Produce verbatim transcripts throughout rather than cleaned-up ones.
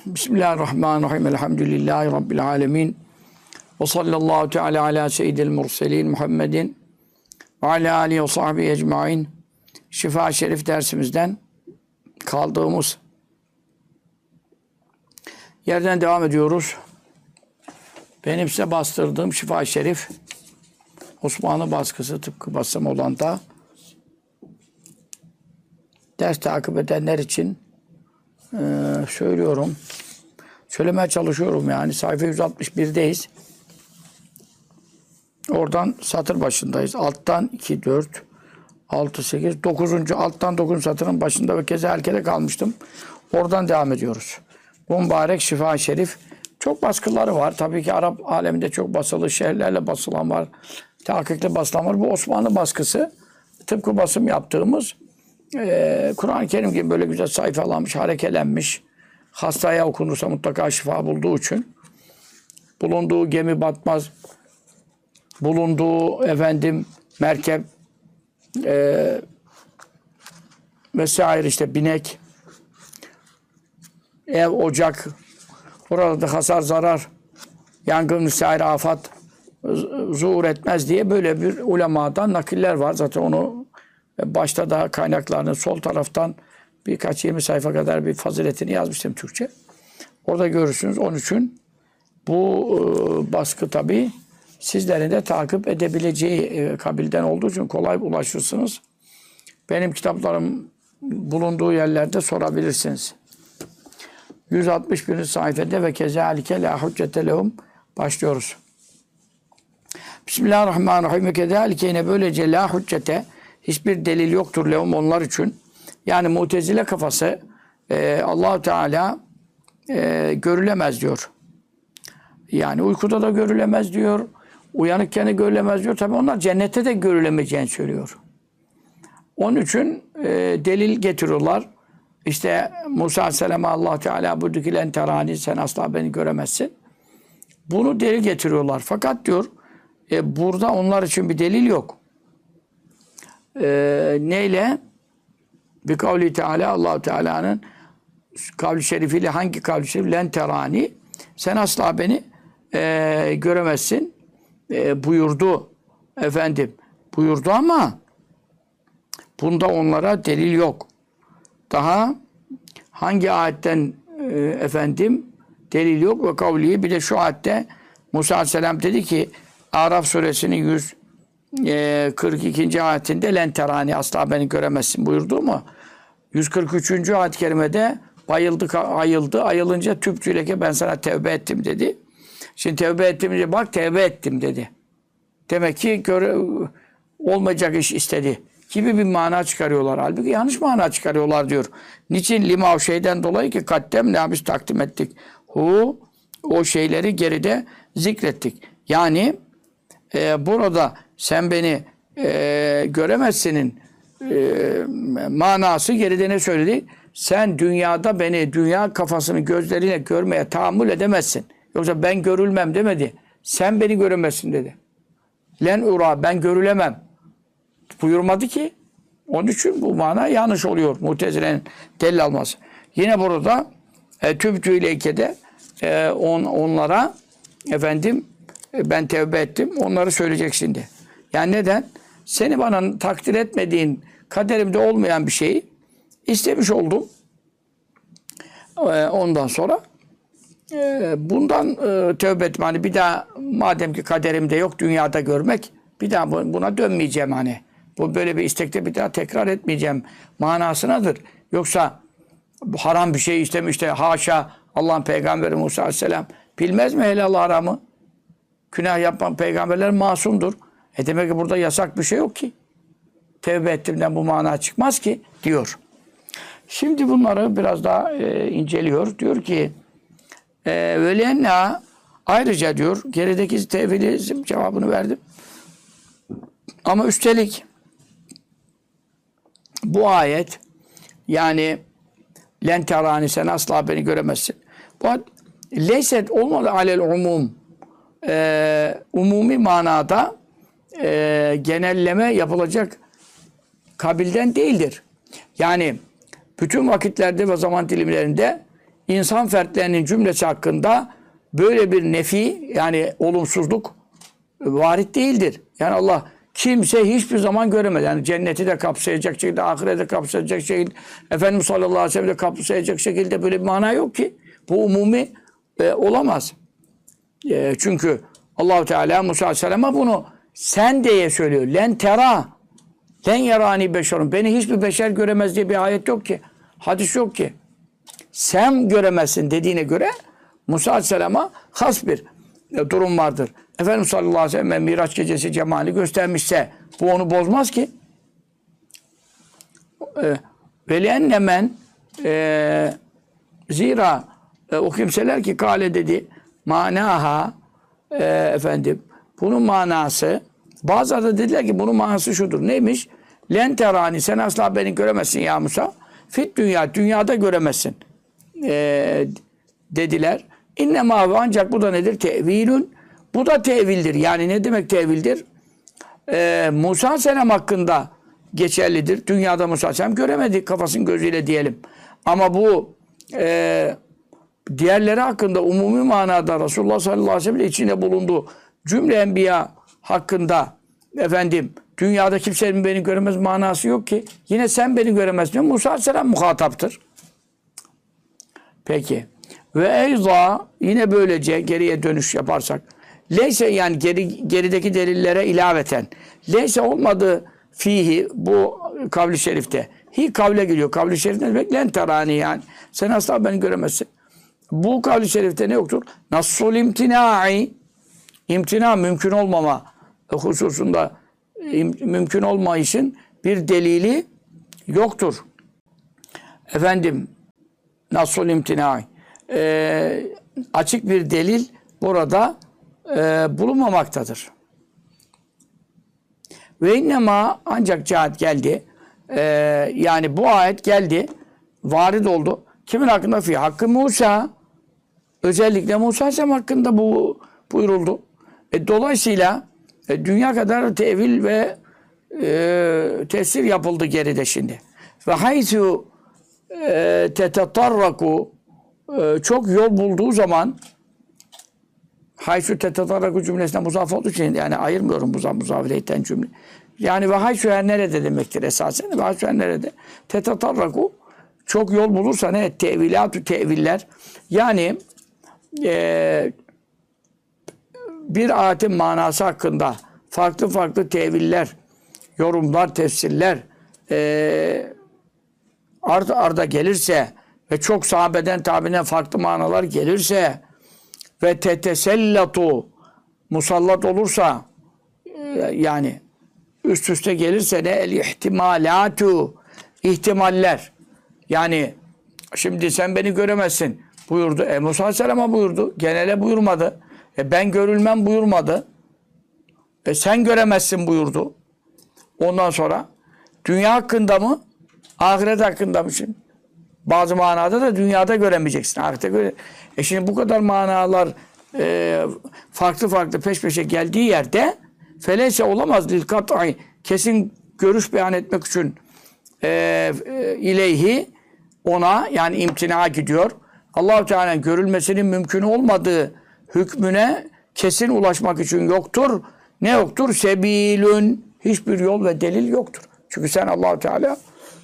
Bismillahirrahmanirrahim. Elhamdülillahi Rabbil alemin. Ve sallallahu teala ala seyyidil murselin Muhammedin ve ala alihi ve sahbihi ecmain. Şifa-i Şerif dersimizden kaldığımız yerden devam ediyoruz. Benim size bastırdığım Şifa-i Şerif Osmanlı baskısı tıpkı basım olan da ders takip edenler için e, söylüyorum. Söylemeye çalışıyorum yani. Sayfa yüz altmış bir'deyiz. Oradan satır başındayız. Alttan iki, dört, altı, sekiz, dokuzuncu alttan dokuzuncu satırın başında ve keza erkede kalmıştım. Oradan devam ediyoruz. Bu mübarek Şifa-i Şerif çok baskıları var. Tabii ki Arap aleminde çok basılı, şehirlerle basılan var. Tahkikle basılan var. Bu Osmanlı baskısı tıpkı basım yaptığımız e, Kur'an-ı Kerim gibi böyle güzel sayfalanmış, harekelenmiş. Hastaya okunursa mutlaka şifa bulduğu için. Bulunduğu gemi batmaz. Bulunduğu efendim merkep e, vesaire işte binek, ev, ocak, orada da hasar, zarar, yangın vesaire afat zuhur etmez diye böyle bir ulemadan nakiller var. Zaten onu başta da kaynaklarını sol taraftan birkaç yirmi sayfa kadar bir faziletini yazmıştım Türkçe. Orada görürsünüz. Onun için bu e, baskı tabii sizlerin de takip edebileceği e, kabilden olduğu için kolay ulaşırsınız. Benim kitaplarım bulunduğu yerlerde sorabilirsiniz. yüz altmış birinci sayfada ve kezalike la hüccete lehum başlıyoruz. Bismillahirrahmanirrahim ve kezalike yine böylece la hüccete hiçbir delil yoktur lehum onlar için. Yani Mutezile kafası e, Allah-u Teala e, görülemez diyor. Yani uykuda da görülemez diyor. Uyanıkken de görülemez diyor. Tabii onlar cennette de görülemeyeceğini söylüyor. Onun için e, delil getiriyorlar. İşte Musa Aleyhisselam'a Allah Teala buyurdu ki len terani sen asla beni göremezsin. Bunu delil getiriyorlar. Fakat diyor e, burada onlar için bir delil yok. E, neyle? Bir kavli Teala Allah Teala'nın kavli şerifiyle hangi kavli şerif? Len terani sen asla beni e, göremezsin e, buyurdu efendim. Buyurdu ama bunda onlara delil yok. Daha hangi ayetten e, efendim delil yok ve kavliyi bir de şu ayette Musa Aleyhisselam dedi ki Araf suresinin yüz kırk ikinci ayetinde len terani asla beni göremezsin buyurdu mu? yüz kırk üçüncü ayet-i kerimede bayıldı, ayıldı. Ayılınca tüpçüleke ben sana tevbe ettim dedi. Şimdi tevbe ettim diye bak tevbe ettim dedi. Demek ki göre, olmayacak iş istedi gibi bir mana çıkarıyorlar. Halbuki yanlış mana çıkarıyorlar diyor. Niçin? Lima o şeyden dolayı ki kattem ne biz takdim ettik. Hu o şeyleri geride zikrettik. Yani e, burada sen beni e, göremezsinin e, manası geride ne söyledi? Sen dünyada beni dünya kafasını gözleriyle görmeye tahammül edemezsin. Yoksa ben görülmem demedi. Sen beni göremezsin dedi. Len ura ben görülemem. Buyurmadı ki. Onun için bu mana yanlış oluyor. Mutezile'nin delil alması. Yine burada e, tübcü ileyke'de e, on, onlara efendim e, ben tevbe ettim. Onları söyleyecek şimdi. Yani neden? Seni bana takdir etmediğin kaderimde olmayan bir şeyi istemiş oldum. E, ondan sonra e, bundan e, tevbe ettim. Hani bir daha madem ki kaderimde yok dünyada görmek bir daha buna dönmeyeceğim hani. Bu böyle bir istekte bir daha tekrar etmeyeceğim manasınadır. Yoksa haram bir şey istemiş de haşa Allah'ın peygamberi Musa Aleyhisselam bilmez mi helal haramı? Günah yapan peygamberler masumdur. E demek ki burada yasak bir şey yok ki. Tevbe ettiğimden bu mana çıkmaz ki diyor. Şimdi bunları biraz daha e, inceliyor. Diyor ki velenna ayrıca diyor gerideki tevhili cevabını verdim. Ama üstelik bu ayet yani len terani sen asla beni göremezsin. Bu leyset olmadı alel umum e, umumi manada e, genelleme yapılacak kabilden değildir. Yani bütün vakitlerde ve zaman dilimlerinde insan fertlerinin cümlesi hakkında böyle bir nefi yani olumsuzluk varit değildir. Yani Allah kimse hiçbir zaman göremez. Yani cenneti de kapsayacak şekilde, ahireti de kapsayacak şekilde, Efendimiz sallallahu aleyhi ve sellem de kapsayacak şekilde böyle bir mana yok ki. Bu umumi e, olamaz. E, çünkü Allah-u Teala Musa aleyhisselama bunu sen diye söylüyor. Len tera, len yarani beşerun. Beni hiçbir beşer göremez diye bir ayet yok ki. Hadis yok ki. Sen göremezsin dediğine göre Musa aleyhisselama has bir e, durum vardır. Efendimiz sallallahu aleyhi ve sellem Miraç gecesi cemali göstermişse bu onu bozmaz ki. Ve lenne men e, zira e, o kimseler ki kale dedi manaha e, efendim bunun manası bazıları da dediler ki bunun manası şudur. Neymiş? Len terani sen asla beni göremezsin ya Musa. Fit dünya dünyada göremezsin. E, dediler. İnnemâ ancak bu da nedir? Tevilün. Bu da tevildir. Yani ne demek tevildir? Ee, Musa Aleyhisselam hakkında geçerlidir. Dünyada Musa Aleyhisselam göremedi kafasının gözüyle diyelim. Ama bu e, diğerleri hakkında umumi manada Resulullah sallallahu aleyhi ve sellem içinde bulunduğu cümle enbiya hakkında efendim dünyada kimsenin beni göremez manası yok ki. Yine sen beni göremezsin. Musa Aleyhisselam muhataptır. Peki. Ve eyza yine böylece geriye dönüş yaparsak leyse yani geri, gerideki delillere ilaveten leyse olmadı fihi bu kavli şerifte hi kavle geliyor. Kavli şerif ne demek? Len terani yani. Sen asla beni göremezsin. Bu kavli şerifte ne yoktur? Nassul imtinai imtina mümkün olmama hususunda im, mümkün olmayışın bir delili yoktur. Efendim nassul imtinai e, açık bir delil burada e, bulunmamaktadır. Ve innema ancak cihat geldi. E, yani bu ayet geldi. Varid oldu. Kimin hakkında? Fi hakkı Musa. Özellikle Musa Aleyhisselam hakkında bu buyuruldu. E, dolayısıyla e, dünya kadar tevil ve e, tefsir yapıldı geride şimdi. Ve haythu e, tetetarraku e, çok yol bulduğu zaman haysu tetetarraku cümlesine muzaf olduğu için yani ayırmıyorum muzaf muzafileyten cümle. Yani ve haysu her nerede demektir esasen. Ve haysu her nerede. Tetetarraku çok yol bulursa ne? Tevilatü teviller. Yani e, bir ayetin manası hakkında farklı farklı teviller, yorumlar, tefsirler e, arda arda gelirse ve çok sahabeden tabinden farklı manalar gelirse ve tetesellatu musallat olursa e, yani üst üste gelirse ne? El ihtimalatu ihtimaller. Yani şimdi sen beni göremezsin buyurdu. E Musa Aleyhisselam'a buyurdu. Genele buyurmadı. E ben görülmem buyurmadı. E sen göremezsin buyurdu. Ondan sonra dünya hakkında mı? Ahiret hakkında mı şimdi? Bazı manada da dünyada göremeyeceksin. Ahirette göre. E şimdi bu kadar manalar e, farklı farklı peş peşe geldiği yerde feleyse olamaz lil kat'i kesin görüş beyan etmek için e, e, ileyhi ona yani imtina gidiyor. Allah-u Teala'nın görülmesinin mümkün olmadığı hükmüne kesin ulaşmak için yoktur. Ne yoktur? Sebilün. Hiçbir yol ve delil yoktur. Çünkü sen Allah-u Teala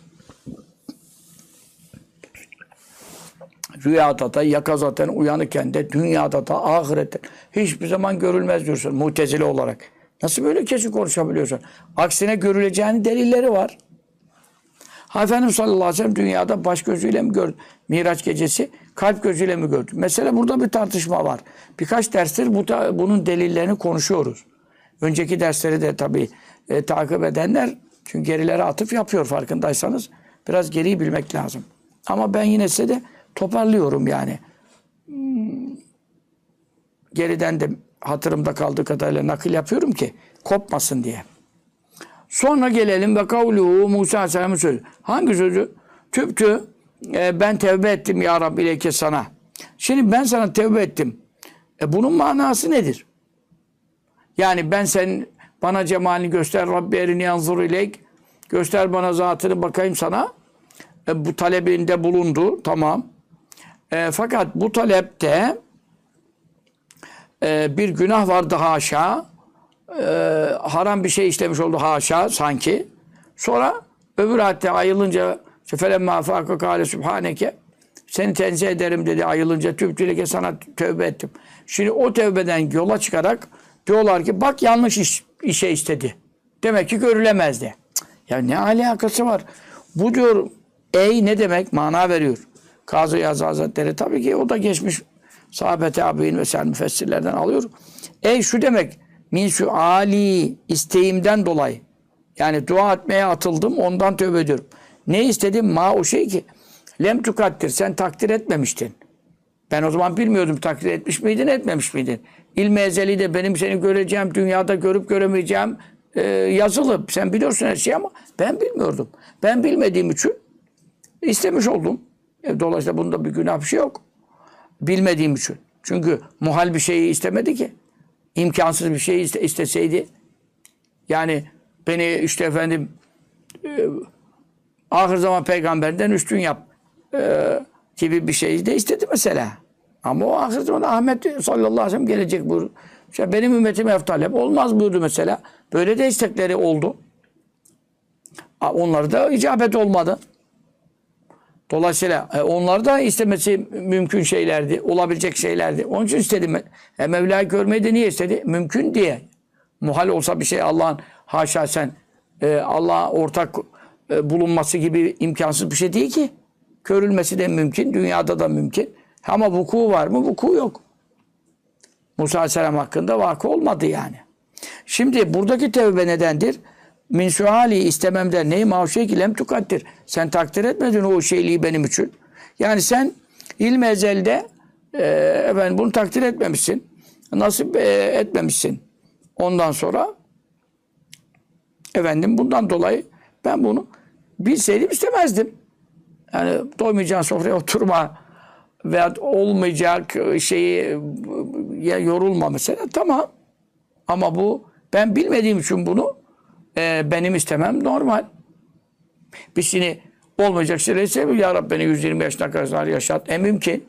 rüyada da, yakazaten, uyanıkken de, dünyada da, ahirette hiçbir zaman görülmez diyorsun Mutezile olarak. Nasıl böyle kesin konuşabiliyorsun? Aksine görüleceğinin delilleri var. Ha Efendimiz sallallahu aleyhi ve sellem dünyada baş gözüyle mi gördü? Miraç gecesi kalp gözüyle mi gördü? Mesela burada bir tartışma var. Birkaç derstir bu, bunun delillerini konuşuyoruz. Önceki dersleri de tabii e, takip edenler çünkü gerilere atıf yapıyor farkındaysanız. Biraz geriyi bilmek lazım. Ama ben yine size de toparlıyorum yani. Hmm, geriden de hatırımda kaldığı kadarıyla nakil yapıyorum ki kopmasın diye. Sonra gelelim ve kavluhu Musa Aleyhisselam'ın sözü. Hangi sözü? Tüptü. E, ben tevbe ettim ya Rabbi ileyke sana. Şimdi ben sana tevbe ettim. E, bunun manası nedir? Yani ben sen bana cemalini göster Rabbi erini yanzur ileyk. Göster bana zatını bakayım sana. E, bu talebinde bulundu. Tamam. E, fakat bu talepte e, bir günah vardı haşa. E, haram bir şey işlemiş oldu haşa sanki. Sonra öbür ayette ayılınca felemma fâka kâle sübhâneke seni tenzih ederim dedi ayılınca tübtüleke sana tövbe ettim. Şimdi o tövbeden yola çıkarak diyorlar ki bak yanlış iş, işe istedi. Demek ki görülemezdi. Ya ne alakası var? Bu diyor ey ne demek? Mana veriyor. Kazı Yazı Hazretleri tabii ki o da geçmiş sahabe tabi'in vesaire müfessirlerden alıyor. Ey şu demek min şu ali isteğimden dolayı yani dua etmeye atıldım ondan tövbe ediyorum. Ne istedim? Ma o şey ki lem tukaddir sen takdir etmemiştin. Ben o zaman bilmiyordum takdir etmiş miydin etmemiş miydin? İlmi ezeli de benim seni göreceğim dünyada görüp göremeyeceğim e, yazılı. Sen biliyorsun her şeyi ama ben bilmiyordum. Ben bilmediğim için istemiş oldum. E, dolayısıyla bunda bir günah bir şey yok. Bilmediğim için. Çünkü muhal bir şeyi istemedi ki. İmkansız bir şeyi iste, isteseydi. Yani beni işte efendim e, ahir zaman peygamberinden üstün yap e, gibi bir şey de istedi mesela. Ama o ahir zaman Ahmet sallallahu aleyhi ve sellem gelecek buyurdu. İşte benim ümmetim eftalep olmaz buyurdu mesela. Böyle de istekleri oldu. Onları da icabet olmadı. Dolayısıyla e, onlar da istemesi mümkün şeylerdi. Olabilecek şeylerdi. Onun için istedim. E, Mevla'yı görmeyi de niye istedi? Mümkün diye. Muhal olsa bir şey Allah'ın haşa sen e, Allah'a ortak e, bulunması gibi imkansız bir şey değil ki. Görülmesi de mümkün. Dünyada da mümkün. Ama vuku var mı? Vuku yok. Musa Aleyhisselam hakkında vakı olmadı yani. Şimdi buradaki tevbe nedendir? Min suali istememden neyi mavşe ki lem tukaddir. Sen takdir etmedin o şeyliği benim için. Yani sen ilm ezelde e, efendim, bunu takdir etmemişsin. Nasip e, etmemişsin. Ondan sonra efendim bundan dolayı ben bunu bilseydim istemezdim. Yani doymayacağın sofraya oturma veya olmayacak şeyi ya yorulma mesela tamam. Ama bu ben bilmediğim için bunu e, benim istemem normal. Biz şimdi olmayacak şeyleri seviyor. Ya Rabbi beni yüz yirmi yaşına kadar yaşat. E mümkün.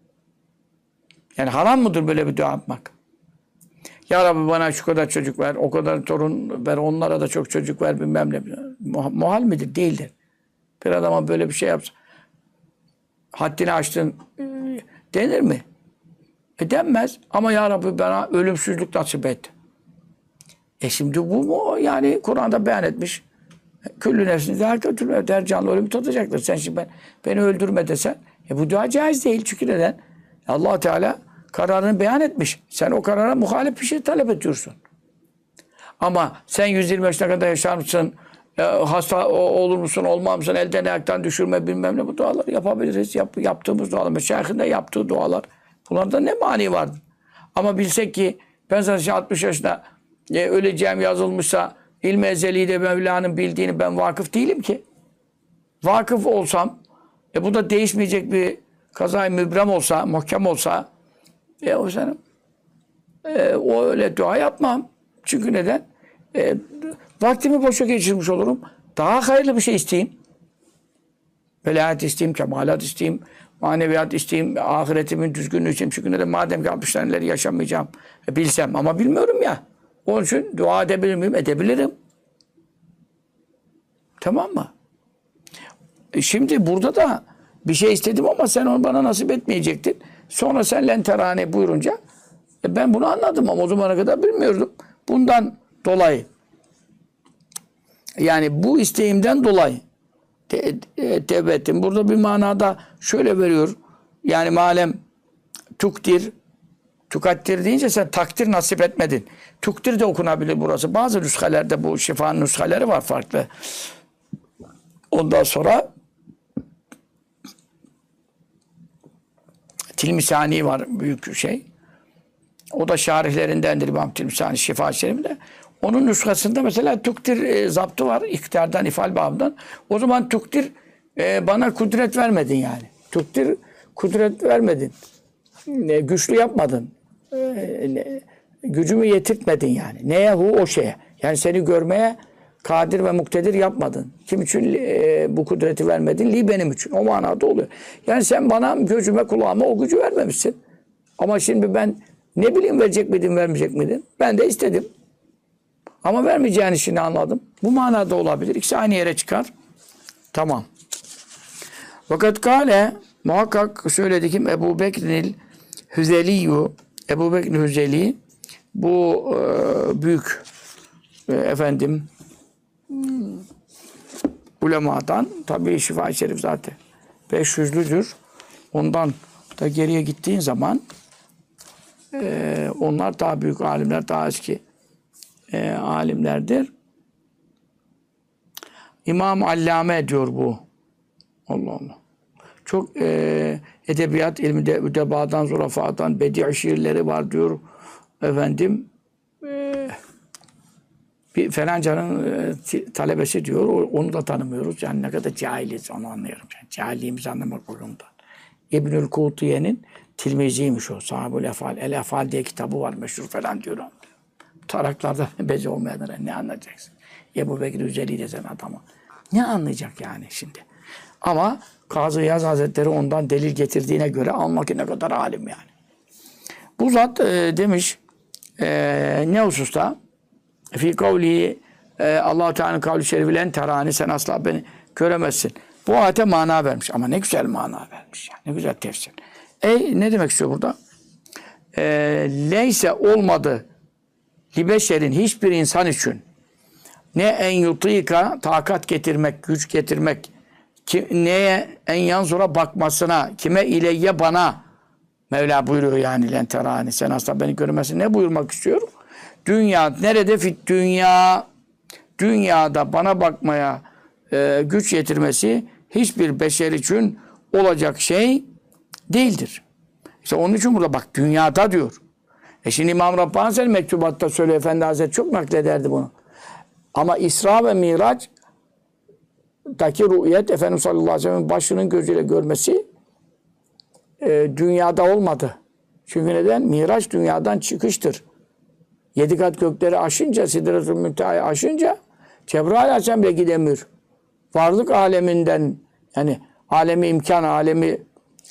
Yani haram mıdır böyle bir dua yapmak? Ya Rabbi bana şu kadar çocuk ver, o kadar torun ver, onlara da çok çocuk ver bilmem ne. Muhal midir? Değildir. Bir adama böyle bir şey yapsa haddini aştın e, denir mi? E denmez. Ama Ya Rabbi bana ölümsüzlük nasip et. E şimdi bu mu? Yani Kur'an'da beyan etmiş. Küllü nefsini der götürme. Der canlı ölümü tadacaktır. Sen şimdi ben, beni öldürme desen. E bu dua caiz değil. Çünkü neden? Allah Teala kararını beyan etmiş. Sen o karara muhalif bir şey talep ediyorsun. Ama sen yüz yirmi yaşına kadar yaşar mısın? E, hasta olur musun? Olmaz mısın? Elden ayaktan düşürme bilmem ne. Bu duaları yapabiliriz. Yap, yaptığımız dualar. Meşayih'in de yaptığı dualar. Bunlarda ne mani vardı? Ama bilsek ki ben zaten altmış yaşında e, öleceğim yazılmışsa ilmi ezeli de Mevla'nın bildiğini ben vakıf değilim ki. Vakıf olsam e, bu da değişmeyecek bir kazayı mübrem olsa, muhkem olsa e, o senin e, o öyle dua yapmam. Çünkü neden? E, vaktimi boşa geçirmiş olurum. Daha hayırlı bir şey isteyeyim. Velayet isteyeyim, kemalat isteyeyim, maneviyat isteyeyim, ahiretimin düzgünlüğü için. Çünkü neden? Madem ki altmış seneleri yaşamayacağım. E, bilsem ama bilmiyorum ya. Onun için dua edebilir miyim? Edebilirim. Tamam mı? E şimdi burada da bir şey istedim ama sen onu bana nasip etmeyecektin. Sonra sen lenterane buyurunca e ben bunu anladım ama o zamana kadar bilmiyordum. Bundan dolayı yani bu isteğimden dolayı te, te, tevbe ettim. Burada bir manada şöyle veriyor. Yani malem tukdir tukaddir deyince sen takdir nasip etmedin. Tukdir de okunabilir burası. Bazı nüshelerde bu şifanın nüsheleri var farklı. Ondan sonra Tilmisani var büyük şey. O da şarihlerindendir İmam Tilmisani Şifa Şerif'inde. Onun nüshasında mesela tukdir e, zaptı var. İktidardan, ifal babından. O zaman tukdir e, bana kudret vermedin yani. Tukdir kudret vermedin. E, güçlü yapmadın. E, ne, gücümü yetirtmedin yani. Neye hu o şeye. Yani seni görmeye kadir ve muktedir yapmadın. Kim için e, bu kudreti vermedin? Li benim için. O manada oluyor. Yani sen bana gözüme kulağıma o gücü vermemişsin. Ama şimdi ben ne bileyim verecek miydin vermeyecek miydin? Ben de istedim. Ama vermeyeceğin işini anladım. Bu manada olabilir. İkisi aynı yere çıkar. Tamam. Fakat kâle muhakkak söyledi kim? Ebu Bekir'il Hüzeliyyü Ebu Bekir Hüzeli bu e, büyük e, efendim ulemadan tabi Şifa-i Şerif zaten beş yüzlüdür. Ondan da geriye gittiğin zaman e, onlar daha büyük alimler, daha eski e, alimlerdir. İmam Allame diyor bu. Allah Allah. Çok e, edebiyat ilminde üdebadan, zurafadan bedi' şiirleri var diyor. Efendim e, bir falancanın e, talebesi diyor. Onu da tanımıyoruz. Yani ne kadar cahiliz onu anlıyorum. Yani cahilliğimizi anlamak bakımından. İbnül Kutiye'nin tilmiziymiş o. Sahibül Efal. El Efal diye kitabı var meşhur falan diyor. Taraklarda bezi olmayanlara ne anlayacaksın? Ebu Bekir Üzeli desen adamı. Ne anlayacak yani şimdi? Ama Kazı Yaz Hazretleri ondan delil getirdiğine göre almak ne kadar alim yani. Bu zat e, demiş e, ne hususta? Fi kavli e, Allah-u Teala'nın kavli şerifilen terani sen asla beni göremezsin. Bu ayete mana vermiş. Ama ne güzel mana vermiş. Yani. Ne güzel tefsir. E ne demek istiyor burada? E, Leyse olmadı libeşerin hiçbir insan için ne en yutika takat getirmek, güç getirmek, ki, neye en yanzura bakmasına, kime ileyye bana Mevla buyuruyor yani lenterani sen asla beni göremezsin. Ne buyurmak istiyor? Dünya nerede fit dünya dünyada bana bakmaya e, güç yetirmesi hiçbir beşer için olacak şey değildir. İşte onun için burada bak dünyada diyor. E şimdi İmam Rabbani sen mektubatta söylüyor Efendi Hazretleri çok naklederdi bunu. Ama İsra ve Miraç daki rü'yet Efendimiz sallallahu aleyhi ve sellem'in başının gözüyle görmesi e, dünyada olmadı. Çünkü neden? Miraç dünyadan çıkıştır. Yedi kat gökleri aşınca, Sidretül Münteha'yı aşınca Cebrail aleyhisselam bile gidemiyor. Varlık aleminden yani alemi imkan, alemi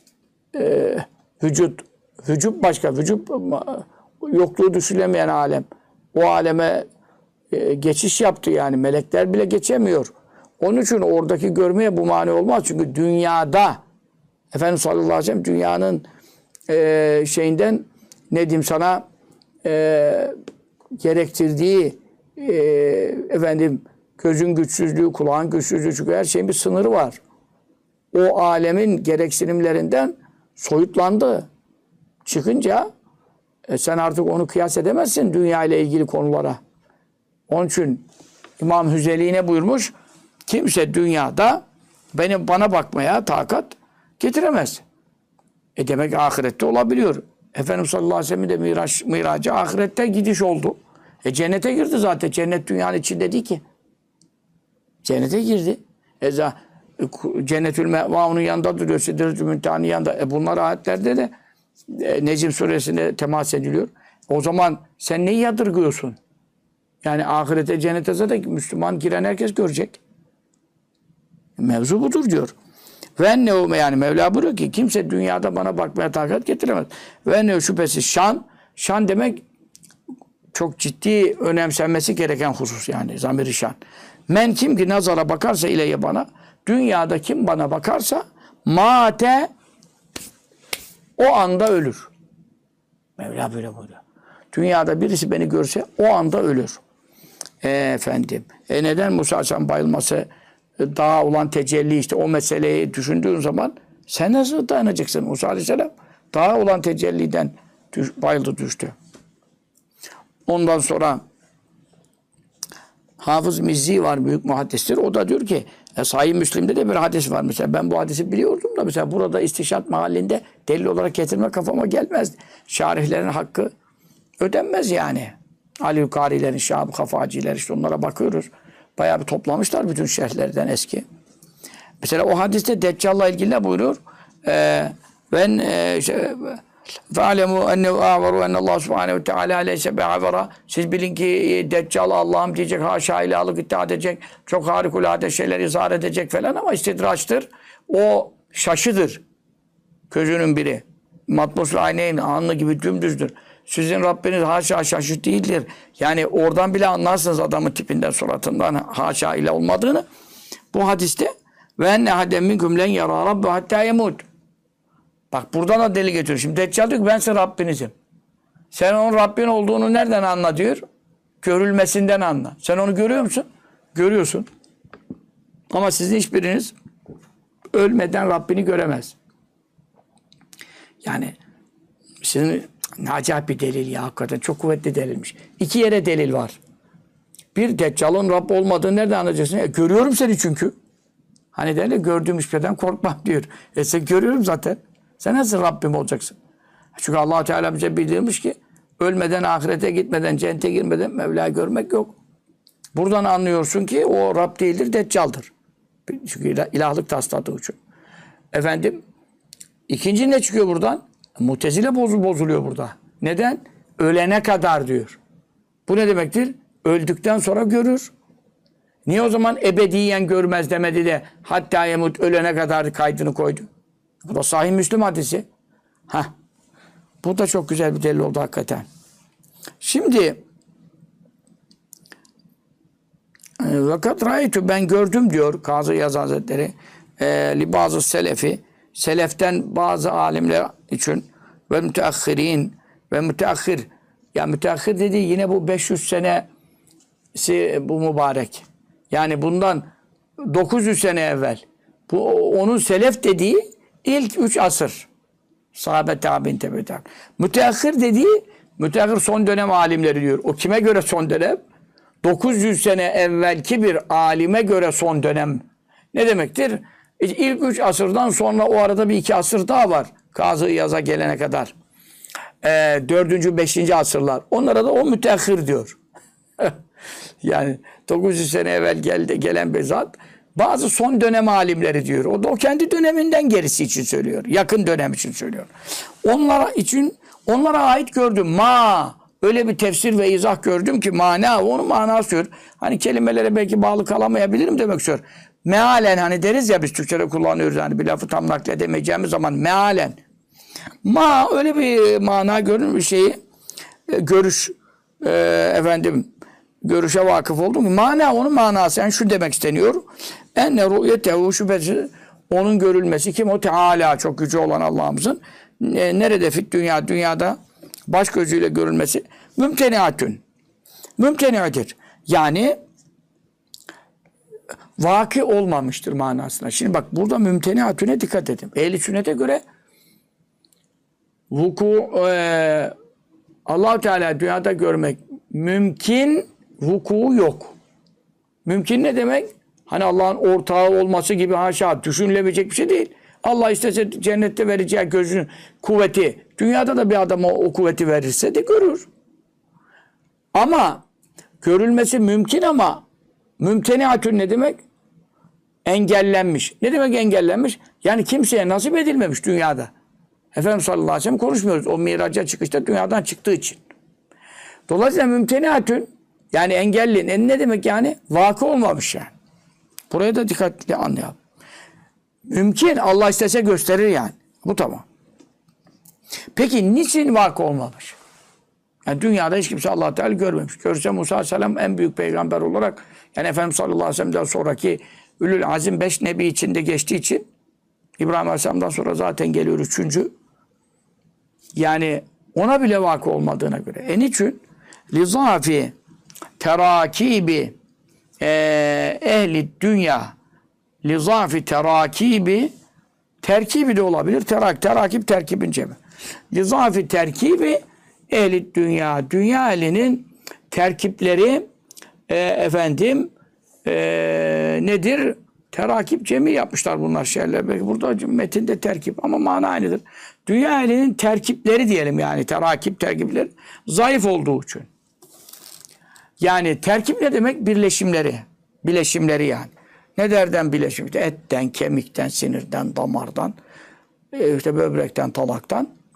e, vücut, vücut başka, vücut yokluğu düşünülemeyen alem. O aleme e, geçiş yaptı yani. Melekler bile geçemiyor. Onun için oradaki görmeye bu mani olmaz. Çünkü dünyada Efendimiz sallallahu aleyhi ve sellem dünyanın e, şeyinden ne diyeyim sana e, gerektirdiği e, efendim gözün güçsüzlüğü, kulağın güçsüzlüğü çünkü her şeyin bir sınırı var. O alemin gereksinimlerinden soyutlandı. Çıkınca e, sen artık onu kıyas edemezsin dünya ile ilgili konulara. Onun için İmam Hüzeli ne buyurmuş? Kimse dünyada benim bana bakmaya takat getiremez. E demek ahirette olabiliyor. Efendimiz sallallahu aleyhi ve sellem'in de miraç, miracı ahirette gidiş oldu. E cennete girdi zaten. Cennet dünyanın içinde değil ki. Cennete girdi. E, Cennetül Meva onun yanında duruyor. Sidretül Münteha'nın yanında. E bunlar ayetlerde de e, Necm suresinde temas ediliyor. O zaman sen neyi yadırgıyorsun? Yani ahirete, cennete zaten Müslüman giren herkes görecek. Mevzu budur diyor. Ve ne yani Mevla buyuruyor ki kimse dünyada bana bakmaya takat getiremez. Ve ne şüphesiz şan, şan demek çok ciddi önemsenmesi gereken husus yani zamir-i şan. Men kim ki nazara bakarsa ileye bana, dünyada kim bana bakarsa mate o anda ölür. Mevla böyle buyuruyor. Dünyada birisi beni görse o anda ölür. E, efendim. E neden Musa Aleyhisselam bayılması daha olan tecelli işte o meseleyi düşündüğün zaman sen nasıl dayanacaksın? Musa Aleyhisselam daha olan tecelliden düş, bayıldı düştü. Ondan sonra Hafız Mizzi var büyük muhaddistir. O da diyor ki e, Sahih Müslim'de de bir hadis var mesela. Ben bu hadisi biliyordum da mesela burada İstişat mahallinde delil olarak getirme kafama gelmez. Şarihlerin hakkı ödenmez yani. Ali Karilerin, Şahab Kafaciler işte onlara bakıyoruz. Bayağı bir toplamışlar bütün şerhlerden eski. Mesela o hadiste Deccal'la ilgili ne buyuruyor? Ee, ben e, işte, Fe'alemu ennehu a'varu ennallahu subhanehu ve teala leyse be'avara. Siz bilin ki Deccal Allah'ım diyecek, haşa ilahlık iddia edecek, çok harikulade şeyler izhar edecek falan ama istidraçtır. O şaşıdır. Gözünün biri. Matmusul ayneyn, alnı gibi dümdüzdür. Sizin Rabbiniz haşa şaşırt değildir. Yani oradan bile anlarsınız adamın tipinden, suratından haşa ile olmadığını. Bu hadiste ve enne hadem minkum len yara rabbu hatta yemut. Bak buradan da deli getiriyor. Şimdi Deccal diyor ki ben senin Rabbinizim. Sen onun Rabbin olduğunu nereden anla diyor? Görülmesinden anla. Sen onu görüyor musun? Görüyorsun. Ama sizin hiçbiriniz ölmeden Rabbini göremez. Yani sizin ne acayip bir delil ya hakikaten. Çok kuvvetli delilmiş. İki yere delil var. Bir, Deccal'ın Rabb olmadığını nereden anlayacaksın? E, görüyorum seni çünkü. Hani derler gördüğüm hiçbirden korkmam diyor. E sen görüyorum zaten. Sen nasıl Rabbim olacaksın? Çünkü Allah Teala bize bildirmiş ki ölmeden, ahirete gitmeden, cennete girmeden Mevla'yı görmek yok. Buradan anlıyorsun ki o Rab değildir, Deccal'dır. Çünkü ilah, ilahlık tasladığı için. Efendim, ikinci ne çıkıyor buradan? Mutezile bozul bozuluyor burada. Neden? Ölene kadar diyor. Bu ne demektir? Öldükten sonra görür. Niye o zaman ebediyen görmez demedi de hatta yemut ölene kadar kaydını koydu? Bu da Sahih Müslüm hadisi. Heh. Bu da çok güzel bir delil oldu hakikaten. Şimdi vakat raytu ben gördüm diyor Kazı Yaz Hazretleri e, li bazı selefi seleften bazı alimler için ve müteahhirin ve müteahhir ya müteahhir dedi yine bu beş yüz senesi bu mübarek. Yani bundan dokuz yüz sene evvel. Bu onun selef dediği ilk üç asır. Sahabe tabi'in tebe tabi. Müteahhir dediği müteahhir son dönem alimleri diyor. O kime göre son dönem? dokuz yüz sene evvelki bir alime göre son dönem. Ne demektir? İlk üç asırdan sonra o arada bir iki asır daha var. Kazı Yaz'a gelene kadar. Ee, dördüncü, beşinci asırlar. Onlara da o müteahhir diyor. Yani dokuz yüz sene evvel geldi, gelen bir zat. Bazı son dönem alimleri diyor. O da o kendi döneminden gerisi için söylüyor. Yakın dönem için söylüyor. Onlara için, onlara ait gördüm. Ma, öyle bir tefsir ve izah gördüm ki mana, onun manası diyor. Hani kelimelere belki bağlı kalamayabilirim demek istiyor. Mealen hani deriz ya biz Türkçe'de kullanıyoruz. Hani bir lafı tam nakledemeyeceğimiz zaman mealen. Ma, öyle bir mana gördüm bir şeyi. E, görüş e, efendim görüşe vakıf oldum ki mana onun manası yani şu demek isteniyor. Enne ru'yetehu şüphesiz onun görülmesi kim o Teala çok gücü olan Allah'ımızın e, nerede fit dünya dünyada baş gözüyle görülmesi mümteniatün. Mümteniatir. Yani vaki olmamıştır manasına. Şimdi bak burada mümteniatüne dikkat edin. Ehl-i sünnete göre vuku e, Allah Teala dünyada görmek mümkün, vuku yok. Mümkün ne demek? Hani Allah'ın ortağı olması gibi haşa düşünülebilecek bir şey değil. Allah istese cennette vereceği gözün kuvveti, dünyada da bir adama o kuvveti verirse de görür. Ama görülmesi mümkün ama mümteniatün ne demek? Engellenmiş. Ne demek engellenmiş? Yani kimseye nasip edilmemiş dünyada. Efendimiz sallallahu aleyhi ve sellem konuşmuyoruz. O miraca çıkışta dünyadan çıktığı için. Dolayısıyla mümteniatün yani engelli. E ne demek yani? Vakı olmamış yani. Buraya da dikkatli anlayalım. Mümkün. Allah istese gösterir yani. Bu tamam. Peki niçin vakı olmamış? Yani dünyada hiç kimse Allah Teala görmemiş. Görse Musa aleyhisselam en büyük peygamber olarak yani Efendimiz sallallahu aleyhi ve sellem'den sonraki Ülül Azim beş nebi içinde geçtiği için İbrahim aleyhisselam'dan sonra zaten geliyor üçüncü. Yani ona bile vakı olmadığına göre. E niçin? Lizafi terakibi e, ehli dünya lizafi terakibi terkibi de olabilir. Terak, terakip terkibin cemi. Lizafi terkibi ehli dünya. Dünya ehlinin terkipleri e, efendim e, nedir? Terakip cemi yapmışlar bunlar şeyler. Belki burada metinde terkip ama mana aynıdır. Dünya ehlinin terkipleri diyelim yani. Terakip terkipleri zayıf olduğu için. Yani terkip ne demek? Birleşimleri. Bileşimleri yani. Ne derden bileşim? İşte etten, kemikten, sinirden, damardan, işte böbrekten, talaktan.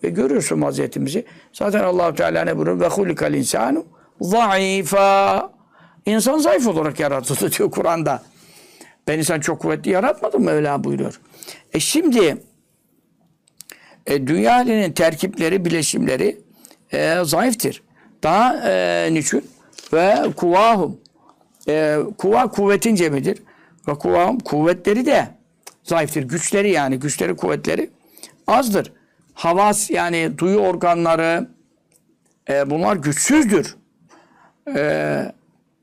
Ve görüyorsun vaziyetimizi. Zaten Allah-u Teala ne buyuruyor? Ve hulikal insanu zayıfa. İnsan zayıf olarak yaratıldı diyor Kur'an'da. Ben insan çok kuvvetli yaratmadım mı? Öyle buyuruyor. E şimdi e, dünya halinin terkipleri, bileşimleri e, zayıftır. Daha e, niçin? Ve kuvahum. E, kuva kuvvetin cemidir. Ve kuvahum kuvvetleri de zayıftır. Güçleri yani. Güçleri, kuvvetleri azdır. Havas yani duyu organları e, bunlar güçsüzdür. E,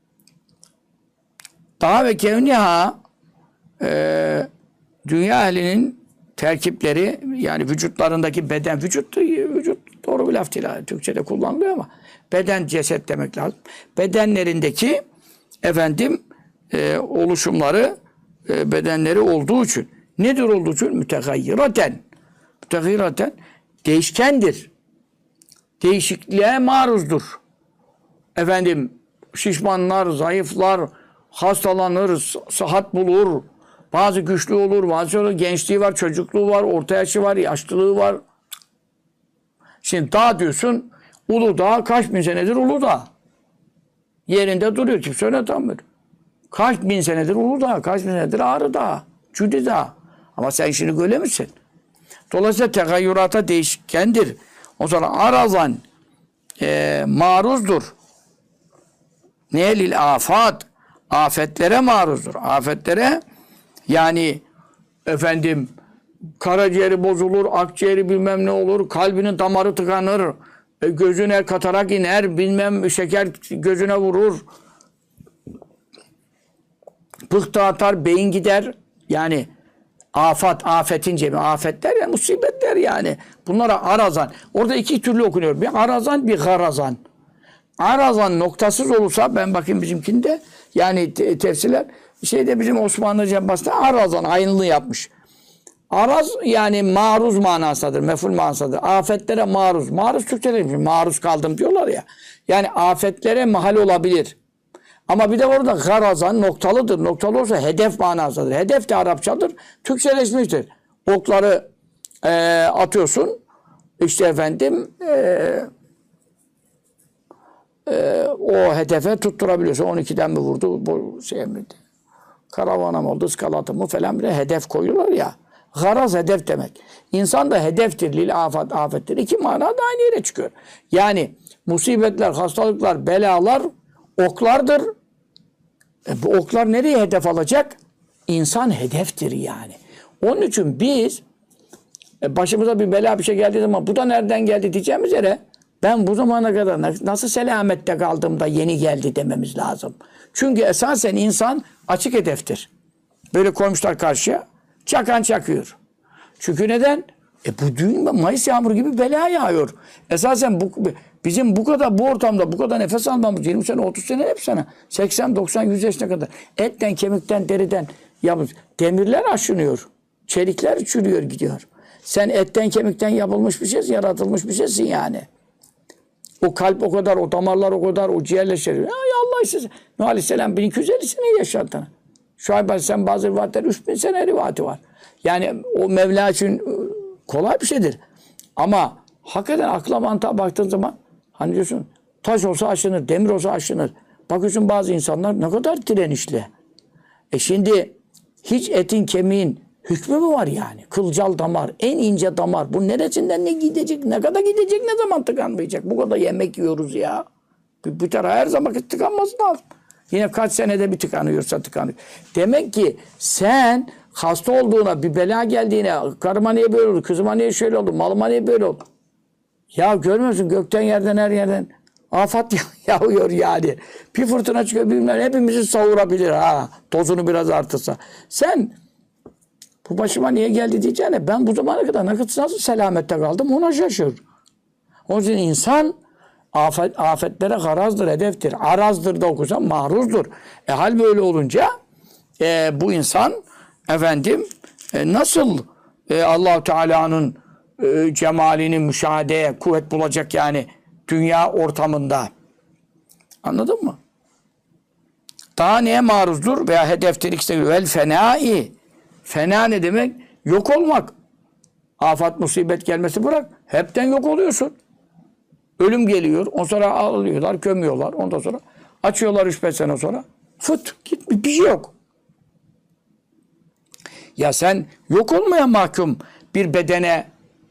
daha ve kevniha e, dünya ehlinin terkipleri yani vücutlarındaki beden vücut vücut doğru bir laf değil. Türkçe'de kullanılıyor ama beden ceset demek lazım. Bedenlerindeki efendim e, oluşumları e, bedenleri olduğu için nedir olduğu için mütegayyiraten mütegayyiraten değişkendir. Değişikliğe maruzdur. Efendim şişmanlar, zayıflar, hastalanır, sıhhat bulur. Bazı güçlü olur, bazı gençliği var, çocukluğu var, orta yaşı var, yaşlılığı var. Şimdi dağ diyorsun, Uludağ kaç bin senedir Uludağ. Yerinde duruyor, kimse yönetemir. Kaç bin senedir Uludağ, kaç bin senedir Ağrı Dağı, Cüdi Dağı. Ama sen şimdi göle misin? Dolayısıyla tegayyürata değişkendir. O zaman arazan e, maruzdur. Ne lil afat? Afetlere maruzdur. Afetlere yani efendim karaciğeri bozulur, akciğeri bilmem ne olur, kalbinin damarı tıkanır, e, gözüne katarak iner, bilmem şeker gözüne vurur, pıhtı atar, beyin gider. Yani afat, afetin cemi, afetler ya musibetler yani. Bunlara arazan. Orada iki türlü okunuyor. Bir arazan, bir garazan. Arazan noktasız olursa ben bakayım bizimkinde yani te tefsirler şeyde bizim Osmanlıca basında arazan aynılığı yapmış. Araz yani maruz manasıdır, mef'ul manasıdır. Afetlere maruz. Maruz Türkçe'de maruz kaldım diyorlar ya. Yani afetlere mahal olabilir. Ama bir de orada garazan noktalıdır. Noktalı olsa hedef manasıdır. Hedef de Arapçadır. Türkçeleşmiştir. Okları e, atıyorsun. İşte efendim eee Ee, o hedefe tutturabiliyorsun. on ikiden mi vurdu? Bu şey mi? Karavana mı oldu? Iskalata mı falan bile hedef koyuyorlar ya. Garaz hedef demek. İnsan da hedeftir. Lil afet afettir. İki mana da aynı yere çıkıyor. Yani musibetler, hastalıklar, belalar oklardır. E, bu oklar nereye hedef alacak? İnsan hedeftir yani. Onun için biz e, başımıza bir bela bir şey geldiği zaman bu da nereden geldi diyeceğimiz yere ben bu zamana kadar nasıl selamette kaldığımda yeni geldi dememiz lazım. Çünkü esasen insan açık hedeftir. Böyle koymuşlar karşıya. Çakan çakıyor. Çünkü neden? E bu düğün Mayıs yağmuru gibi bela yağıyor. Esasen bu, bizim bu kadar bu ortamda bu kadar nefes almamız yirmi sene otuz sene hep sana seksen doksan yüz yaşına kadar etten kemikten deriden yapılmış. Demirler aşınıyor. Çelikler çürüyor gidiyor. Sen etten kemikten yapılmış bir şeysin, yaratılmış bir şeysin yani. O kalp o kadar, o damarlar o kadar, o ciğerle şey. Ya Allah size. Nuh Aleyhisselam bin iki yüz elli sene yaşadı. Şuayb Aleyhisselam bazı rivayetler üç bin sene rivayeti var. Yani o Mevla için kolay bir şeydir. Ama hakikaten akla mantığa baktığın zaman hani diyorsun taş olsa aşınır, demir olsa aşınır. Bakıyorsun bazı insanlar ne kadar direnişli. E şimdi hiç etin kemiğin hükmü mü var yani? Kılcal damar, en ince damar. Bu neresinden ne gidecek, ne kadar gidecek, ne zaman tıkanmayacak? Bu kadar yemek yiyoruz ya. Bir, bir tarafa her zaman tıkanması lazım. Yine kaç senede bir tıkanıyorsa tıkanıyor. Demek ki sen hasta olduğuna, bir bela geldiğine, karıma niye böyle oldu, kızıma niye şöyle oldu, malıma niye böyle oldu? Ya görmüyor musun? Gökten yerden her yerden afat yağıyor yani. Bir fırtına çıkıyor, bilmem hepimizi savurabilir ha. Tozunu biraz artırsa. Sen bu başıma niye geldi diyeceğine ben bu zamana kadar nasıl selamette kaldım ona şaşır. Onun için insan afet, afetlere garazdır, hedeftir. Arazdır da okusan maruzdur. E hal böyle olunca e, bu insan efendim e, nasıl e, Allah-u Teala'nın e, cemalini müşahedeye kuvvet bulacak yani dünya ortamında. Anladın mı? Daha neye maruzdur veya hedeftir ikisi vel fenai. Fena ne demek? Yok olmak. Afat, musibet gelmesi bırak. Hepten yok oluyorsun. Ölüm geliyor. Ondan sonra alıyorlar, gömüyorlar. Ondan sonra açıyorlar üç beş sene sonra. Fıt, gitmiş, bir şey yok. Ya sen yok olmaya mahkum bir bedene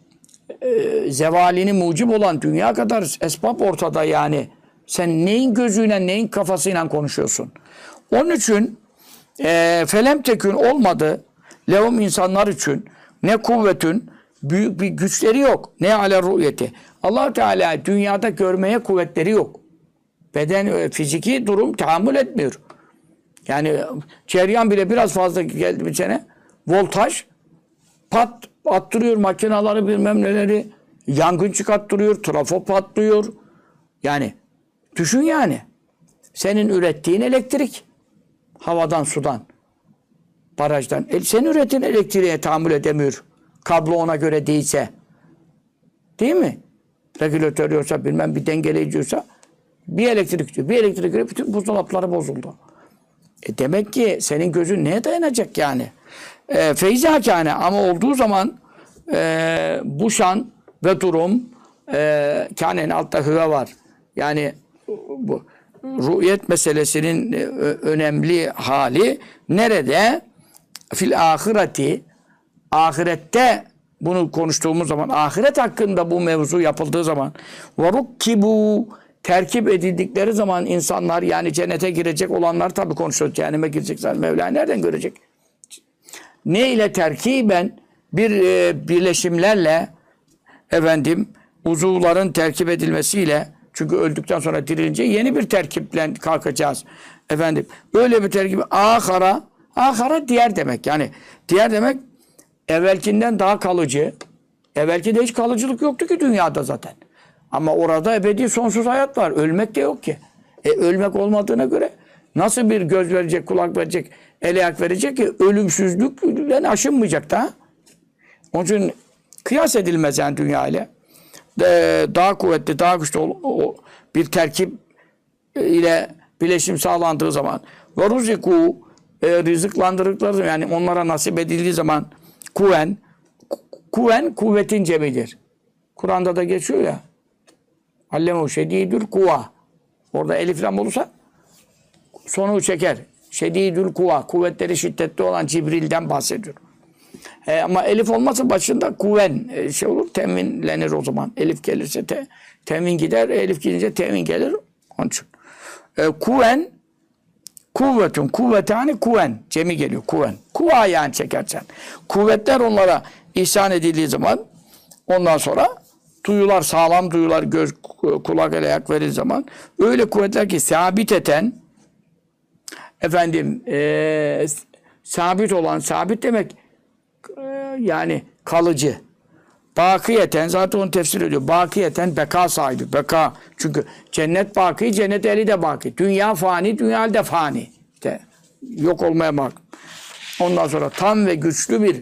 e, zevalini mucib olan dünya kadar esbab ortada yani. Sen neyin gözüyle, neyin kafasıyla konuşuyorsun? Onun için e, felem tekün olmadı. Levum insanlar için ne kuvvetün, büyük bir güçleri yok. Ne ale ru'yeti. Allah Teala dünyada görmeye kuvvetleri yok. Beden, fiziki durum tahammül etmiyor. Yani ceryan bile biraz fazla geldi bir sene. Voltaj pat attırıyor makineleri bilmem neleri. Yangın çıkarttırıyor. Trafo patlıyor. Yani düşün yani. Senin ürettiğin elektrik. Havadan, sudan, barajdan. E, senin ürettiğin elektriğe tahammül edemiyor. Kablo ona göre değilse. Değil mi? Regülatör yoksa bilmem bir dengeleyici yoksa bir elektrik diyor. Bir elektrik diyor. Bütün buzdolapları bozuldu. E demek ki senin gözün neye dayanacak yani? E, feyza kâne ama olduğu zaman e, bu şan ve durum e, kânenin altta hıve var. Yani bu ru'yet meselesinin e, önemli hali nerede? Fil ahireti ahirette bunu konuştuğumuz zaman ahiret hakkında bu mevzu yapıldığı zaman varukkibu terkip edildikleri zaman insanlar yani cennete girecek olanlar tabii konuşuyor. Cehenneme girecekler. Mevla nereden görecek? Ne ile terkiben bir e, birleşimlerle efendim uzuvların terkip edilmesiyle çünkü öldükten sonra dirilince yeni bir terkiple kalkacağız. Efendim öyle bir terkip ahara ahara diğer demek. Yani diğer demek evvelkinden daha kalıcı. Evvelkinde hiç kalıcılık yoktu ki dünyada zaten. Ama orada ebedi sonsuz hayat var. Ölmek de yok ki. E ölmek olmadığına göre nasıl bir göz verecek, kulak verecek, el ayak verecek ki ölümsüzlükle aşınmayacak da. Onun için kıyas edilmez yani dünya ile. Ee, daha kuvvetli, daha güçlü ol, o, bir terkip ile bileşim sağlandığı zaman ve ruziku e, rızıklandırdıkları yani onlara nasip edildiği zaman kuven kuven kuvvetin cemidir. Kur'an'da da geçiyor ya. Allemu şedidül kuva. Orada elif lam olursa sonu çeker. Şedidül kuva. Kuvvetleri şiddetli olan Cibril'den bahsediyor. E, ama elif olmasa başında kuven e, şey olur. Teminlenir o zaman. Elif gelirse te, temin gider. Elif gidince temin gelir. Onun için. E, kuven kuvvetun. Kuvvetani kuven. Cemi geliyor. Kuven. Kuva yani çekersen. Kuvvetler onlara ihsan edildiği zaman ondan sonra duyular, sağlam duyular, göz, kulak, el, ayak verildiği zaman öyle kuvvetler ki sabit eten efendim e, sabit olan, sabit demek e, yani kalıcı. Bakiyeten zaten onu tefsir ediyor. Bakiyeten beka sahibi. Beka. Çünkü cennet baki, cennet eli de baki. Dünya fani, dünya de fani. İşte yok olmaya bak. Ondan sonra tam ve güçlü bir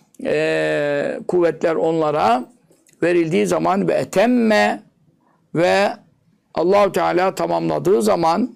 e, kuvvetler onlara verildiği zaman ve etemme ve Allah-u Teala tamamladığı zaman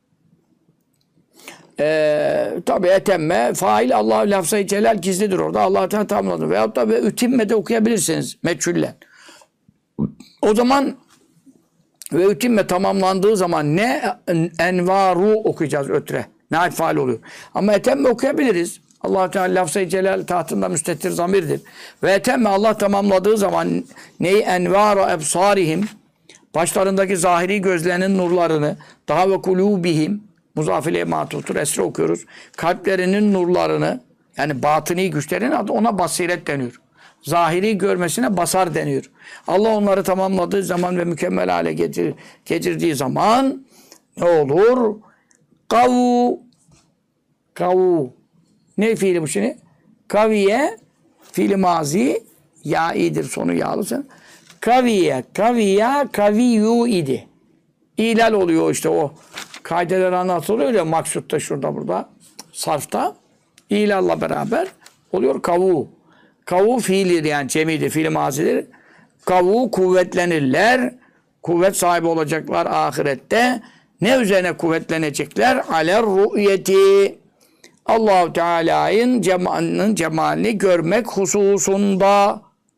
e, tabi etemme fail Allah lafzayı celal gizlidir orada. Allah-u Teala tamamladı. Veyahut da ve ütimme de okuyabilirsiniz meçhulle. O zaman ve ütimme tamamlandığı zaman ne envaru okuyacağız ötre. Nail faal oluyor. Ama etemme okuyabiliriz. Allah-u Teala lafz-ı celal tahtında müstetir zamirdir. Ve etemme Allah tamamladığı zaman neyi envara ebsarihim başlarındaki zahiri gözlerinin nurlarını daha ve kulubihim muzafile matuftur esre okuyoruz. Kalplerinin nurlarını yani batini güçlerin adı ona basiret deniyor. Zahiri görmesine basar deniyor. Allah onları tamamladığı zaman ve mükemmel hale getir, getirdiği zaman ne olur? Kavu kavu ne fiili bu şimdi? Kaviye fiili mazi ya idir sonu yağlısın. Kaviye, kaviya, kaviyu idi. İlal oluyor işte o. Kaideler anlatılıyor ya maksutta şurada burada. Sarfta. İlalla beraber oluyor kavu. Kavu fiildir yani cemidir, fiili mazidir. Kavu kuvvetlenirler. Kuvvet sahibi olacaklar ahirette. Ne üzerine kuvvetlenecekler? Aler ru'yeti. Allah-u Teala'nın cemalini, cemalini görmek hususunda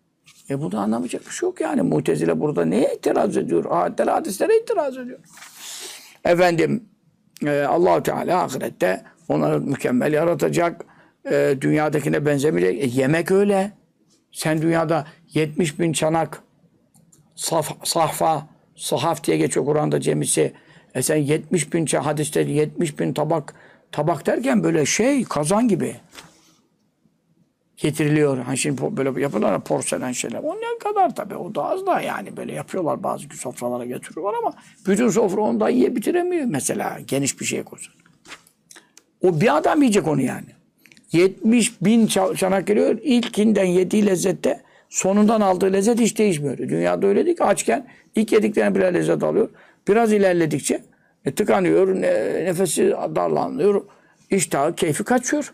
E bu da anlamayacak bir şey yok yani. Mutezile burada neye itiraz ediyor? Ayetlere, hadislere itiraz ediyor. Efendim e, Allah-u Teala ahirette onları mükemmel yaratacak. E, dünyadakine benzemeyecek. E, yemek öyle. Sen dünyada yetmiş bin çanak saf, sahfa, sahaf diye geçiyor Kur'an'da cemisi. E sen yetmiş bin çanak, hadiste yetmiş bin tabak, tabak derken böyle şey, kazan gibi getiriliyor. Hani şimdi böyle yapıyorlar porselen şeyler. O ne kadar tabii. O da az da yani böyle yapıyorlar bazı sofralara getiriyorlar ama bütün sofra ondan yiye bitiremiyor mesela. Geniş bir şey koysun. O bir adam yiyecek onu yani. yetmiş bin çanak geliyor. İlkinden yediği lezzette sonundan aldığı lezzet hiç değişmiyor. Dünyada öyle değil ki açken ilk yediklerine bile lezzet alıyor. Biraz ilerledikçe e, tıkanıyor, ne, nefesi darlanıyor, iştahı, keyfi kaçıyor.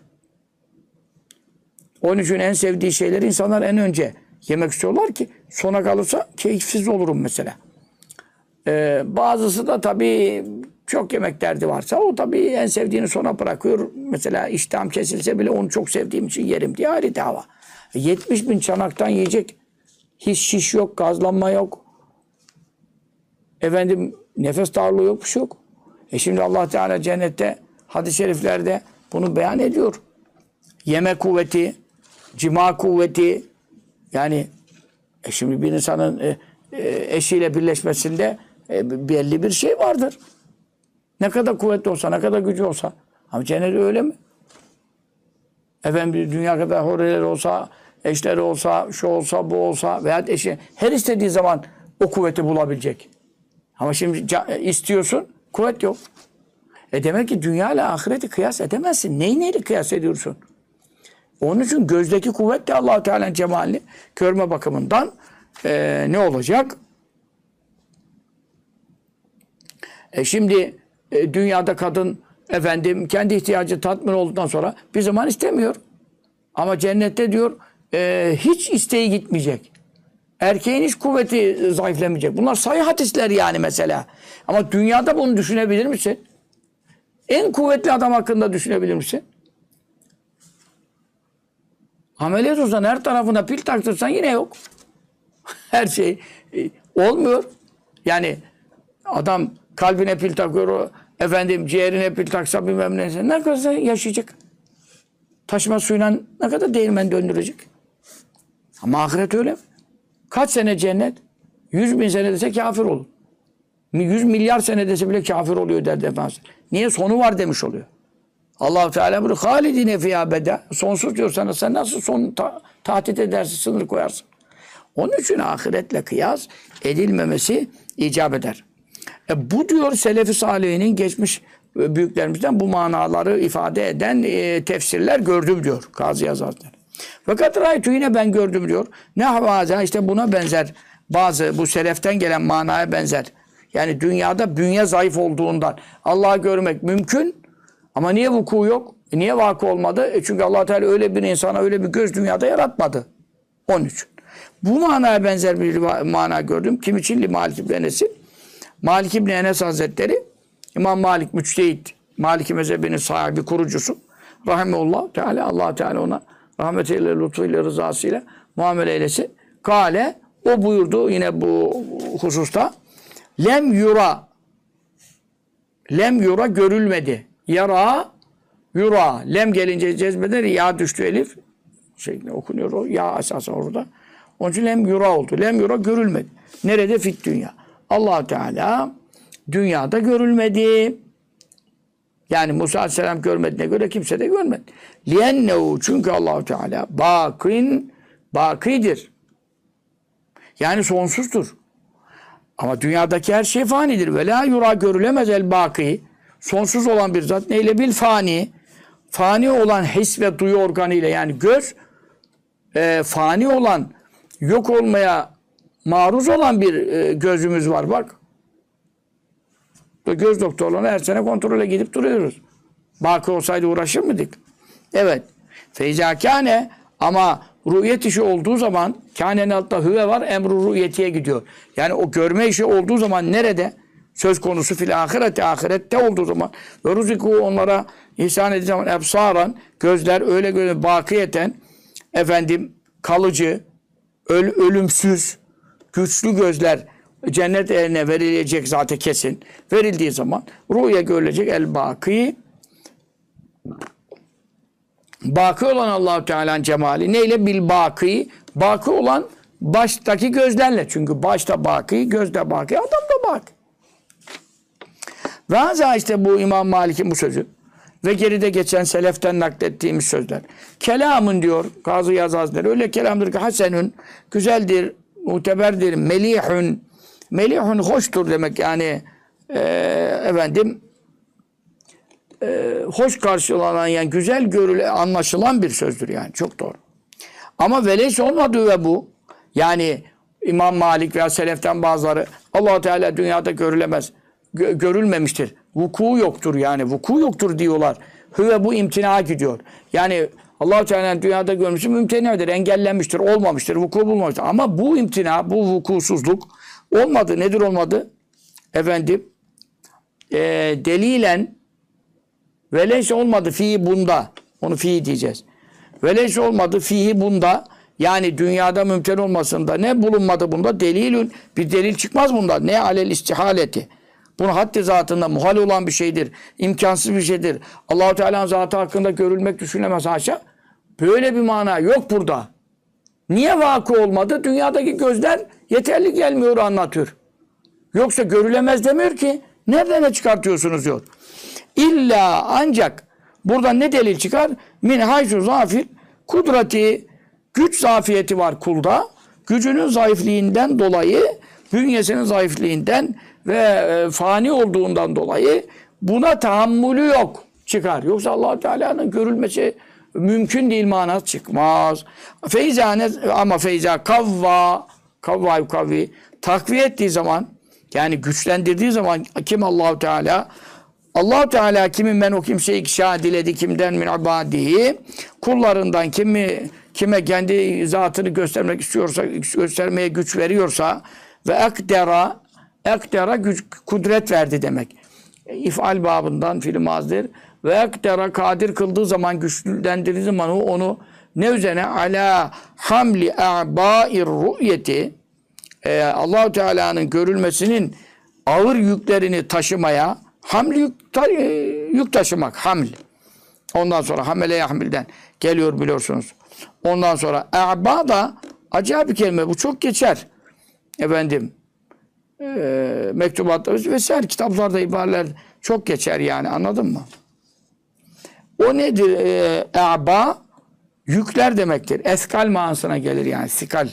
Onun için en sevdiği şeyleri insanlar en önce yemek istiyorlar ki sona kalırsa keyifsiz olurum mesela. Ee, bazısı da tabii çok yemek derdi varsa o tabii en sevdiğini sona bırakıyor. Mesela iştahım kesilse bile onu çok sevdiğim için yerim diye ayrı dava. yetmiş bin çanaktan yiyecek. Hiç şiş yok, gazlanma yok. Efendim nefes darlığı yok, bir şey yok. E şimdi Allah Teala cennette hadis-i şeriflerde bunu beyan ediyor. Yeme kuvveti, cima kuvveti, yani e şimdi bir insanın e, e, eşiyle birleşmesinde e, belli bir şey vardır. Ne kadar kuvvetli olsa, ne kadar gücü olsa. Ama cennet öyle mi? Efendim dünya kadar horeler olsa, eşleri olsa, şu olsa, bu olsa veya eşi her istediği zaman o kuvveti bulabilecek. Ama şimdi istiyorsun, kuvvet yok. E demek ki dünya ile ahireti kıyas edemezsin. Neyi neyle kıyas ediyorsun? Onun için gözdeki kuvvet de Allah-u Teala'nın cemalini görme bakımından e, ne olacak? E şimdi e, dünyada kadın efendim kendi ihtiyacı tatmin olduktan sonra bir zaman istemiyor. Ama cennette diyor e, hiç isteği gitmeyecek. Erkeğin hiç kuvveti zayıflamayacak. Bunlar sahih hadisler yani mesela. Ama dünyada bunu düşünebilir misin? En kuvvetli adam hakkında düşünebilir misin? Ameliyat olsan her tarafına pil taktırsan yine yok. Her şey e, olmuyor. Yani adam kalbine pil takıyor, efendim ciğerine pil taksa bilmem ne. Ne kadar yaşayacak? Taşıma suyla ne kadar değirmen döndürecek? Ama ahiret öyle mi? Kaç sene cennet? Yüz bin sene dese kafir olur. Yüz milyar sene dese bile kafir oluyor derdi Efendimiz. Niye? Sonu var demiş oluyor. Allah-u Teala bunu halidine fiyâ beda. Sonsuz diyor sana. Sen nasıl son ta tahdit edersin, sınır koyarsın? Onun için ahiretle kıyas edilmemesi icap eder. E bu diyor Selefi Salihinin geçmiş büyüklerimizden bu manaları ifade eden e, tefsirler gördüm diyor Kazı Hazretleri. Fakat raytu yine ben gördüm diyor. Ne havaza işte buna benzer bazı bu seleften gelen manaya benzer. Yani dünyada bünye zayıf olduğundan Allah'ı görmek mümkün ama niye vuku yok? E niye vakı olmadı? E çünkü Allah Teala öyle bir insana öyle bir göz dünyada yaratmadı. Onun için. Bu manaya benzer bir mana gördüm. Kim için? Malik İbni Enes'in. Malik İbni Enes Hazretleri İmam Malik müçtehit, Maliki mezhebinin sahibi, kurucusu. Rahimullah Teala, Allah Teala ona rahmetiyle, lütfuyla, rızasıyla muamele eylesin. Kale, o buyurdu yine bu hususta. Lem yura, lem yura görülmedi. Yara, yura. Lem gelince cezbeder, ya düştü elif. Şeklinde okunuyor o. Ya esasen orada. Onun için lem yura oldu. Lem yura görülmedi. Nerede? Fit dünya. Allah Teala dünyada görülmedi. Yani Musa Aleyhisselam görmediğine göre kimse de görmedi. Liennehu, çünkü Allah Teala bakin, bakidir. Yani sonsuzdur. Ama dünyadaki her şey fanidir. Ve la yura, görülemez el baki. Sonsuz olan bir zat neyle? Bil fani. Fani olan his ve duyu organıyla, yani göz e, fani olan, yok olmaya maruz olan bir e, gözümüz var bak. Göz doktorlarına her sene kontrole gidip duruyoruz. Baki olsaydı uğraşır mıydık? Evet. Feyzâkâne, ama rü'yet işi olduğu zaman kânenin altta hüve var, emru rü'yetiye gidiyor. Yani o görme işi olduğu zaman nerede? Söz konusu fil ahirete, ahirette olduğu zaman ve ruziku, onlara ihsan edildiği zaman ebsaran, gözler öyle göre bakiyeten efendim kalıcı, öl, ölümsüz, güçlü gözler cennet eline verilecek zaten kesin. Verildiği zaman rüya görülecek el-baki. Baki olan Allah-u Teala'nın cemali neyle? Bil baki. Baki olan baştaki gözlerle. Çünkü başta baki, gözde baki, adam da baki. Ve haza işte bu İmam Malik'in bu sözü. Ve geride geçen seleften naklettiğimiz sözler. Kelamın diyor Kazı Yaz Hazretleri. Öyle kelamdır ki hasenün, güzeldir, muteberdir, melihün. Melihün hoştur demek yani e, efendim e, hoş karşılanan yani güzel görüle anlaşılan bir sözdür yani. Çok doğru. Ama veleş olmadığı ve bu yani İmam Malik veya seleften bazıları Allah Teala dünyada görülemez. Gö- görülmemiştir. Vuku yoktur yani. Vuku yoktur diyorlar. Hüve bu imtina gidiyor. Yani Allah Teala dünyada görmüştür, mümtenadır, engellenmiştir, olmamıştır, vuku bulmamıştır. Ama bu imtina, bu vukusuzluk olmadı. Nedir olmadı? Efendim e, delilen veleş olmadı fihi bunda. Onu fihi diyeceğiz. Veleş olmadı fihi bunda. Yani dünyada mümkün olmasında ne bulunmadı bunda? Delilün. Bir delil çıkmaz bunda. Ne alel istihaleti. Bunun haddi zatında muhal olan bir şeydir. İmkansız bir şeydir. Allah-u Teala'nın zatı hakkında görülmek düşünülemez haşa. Böyle bir mana yok burada. Niye vakı olmadı? Dünyadaki gözler yeterli gelmiyor anlatıyor. Yoksa görülemez demiyor ki. Nereden ne çıkartıyorsunuz diyor. İlla ancak buradan ne delil çıkar? Min haysu zafir kudreti, güç zafiyeti var kulda. Gücünün zayıflığından dolayı, bünyesinin zayıflığından ve e, fani olduğundan dolayı buna tahammülü yok çıkar. Yoksa Allah Teala'nın görülmesi mümkün değil manası çıkmaz. Feyzane ama feyza kavva kavva kavvi takviye ettiği zaman yani güçlendirdiği zaman kim Allah Teala Allah Teala kimin ben o kimseyi ikşa diledi kimden min ibadihi kullarından kimi kime kendi zatını göstermek istiyorsa göstermeye güç veriyorsa ve ekdera ekdera güç kudret verdi demek. İfal babından fiil mazdir ve ekdera kadir kıldığı zaman güçlendirdiği zaman o onu ne üzerine ala hamli a'ba'ir ru'yeti e, Allah Teala'nın görülmesinin ağır yüklerini taşımaya hamli yük, ta, e, yük taşımak haml. Ondan sonra hamele yahmilden geliyor biliyorsunuz. Ondan sonra a'ba da acayip bir kelime. Bu çok geçer. Efendim e, mektubatta vesaire kitaplarda ibareler çok geçer yani anladın mı? O nedir? E, a'ba yükler demektir. Eskal manasına gelir yani. Sikal.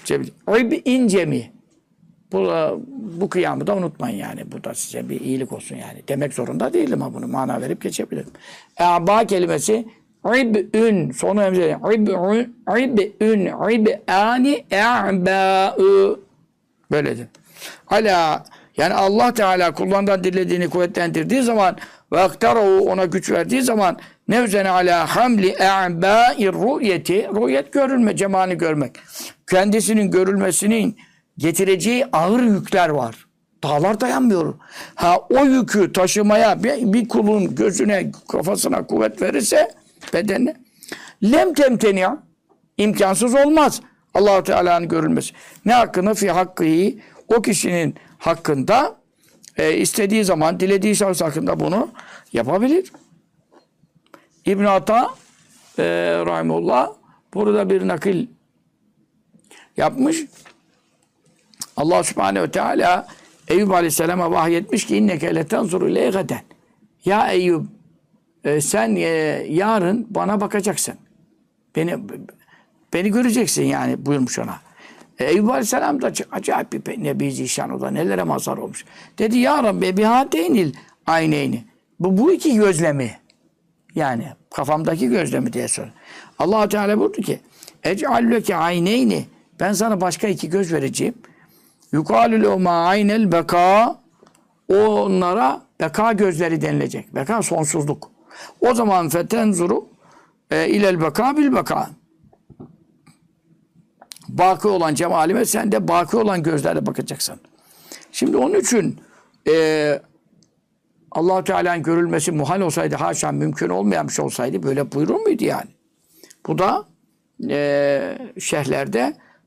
İnce mi? Bu, bu kıyamı da unutmayın yani. Bu da size bir iyilik olsun yani. Demek zorunda değilim ama bunu mana verip geçebilirim. E'ba kelimesi ib'ün sonu emzeli. İb'ün ib'ün ib'ani e'ba'ü böyledir. Ala yani Allah Teala kullarından dilediğini kuvvetlendirdiği zaman ve aktarahu ona güç verdiği zaman ne üzerine ala hamli e'ba'ir ru'yeti ru'yet görülme, cemalini görmek. Kendisinin görülmesinin getireceği ağır yükler var. Dağlar dayanmıyor. Ha o yükü taşımaya bir, bir kulun gözüne, kafasına kuvvet verirse bedenine lem temteni imkansız olmaz. Allah-u Teala'nın görülmesi. Ne hakkında? Fi hakkı o kişinin hakkında e, istediği zaman, dilediği şahıs hakkında bunu yapabilir. İbn Ata e, rahimullah burada bir nakil yapmış. Allah Subhanahu ve Teala Eyüp Aleyhisselam'a vahyetmiş ki inneke letenzuru ileyhe gaden. Ya Eyüp e, sen e, yarın bana bakacaksın. Beni beni göreceksin yani buyurmuş ona. E, Eyüp Aleyhisselam da acayip bir nebi zişan o da nelere mazhar olmuş. Dedi ya Rabbi bihateynil ayneyni. Bu bu iki gözlemi yani kafamdaki gözlemi diye soruyor. Allah Teala buyurdu ki ec'al leke ayneyni. Ben sana başka iki göz vereceğim. Yukalü lehuma aynel beka. Onlara beka gözleri denilecek. Beka sonsuzluk. O zaman fetenzuru e, ilel beka bil beka. Baki olan cemalime sen de baki olan gözlerle bakacaksın. Şimdi onun için e, Allah-u Teala'nın görülmesi muhal olsaydı, haşa mümkün olmayan bir şey olsaydı böyle buyurur muydu yani? Bu da e, şerhlerde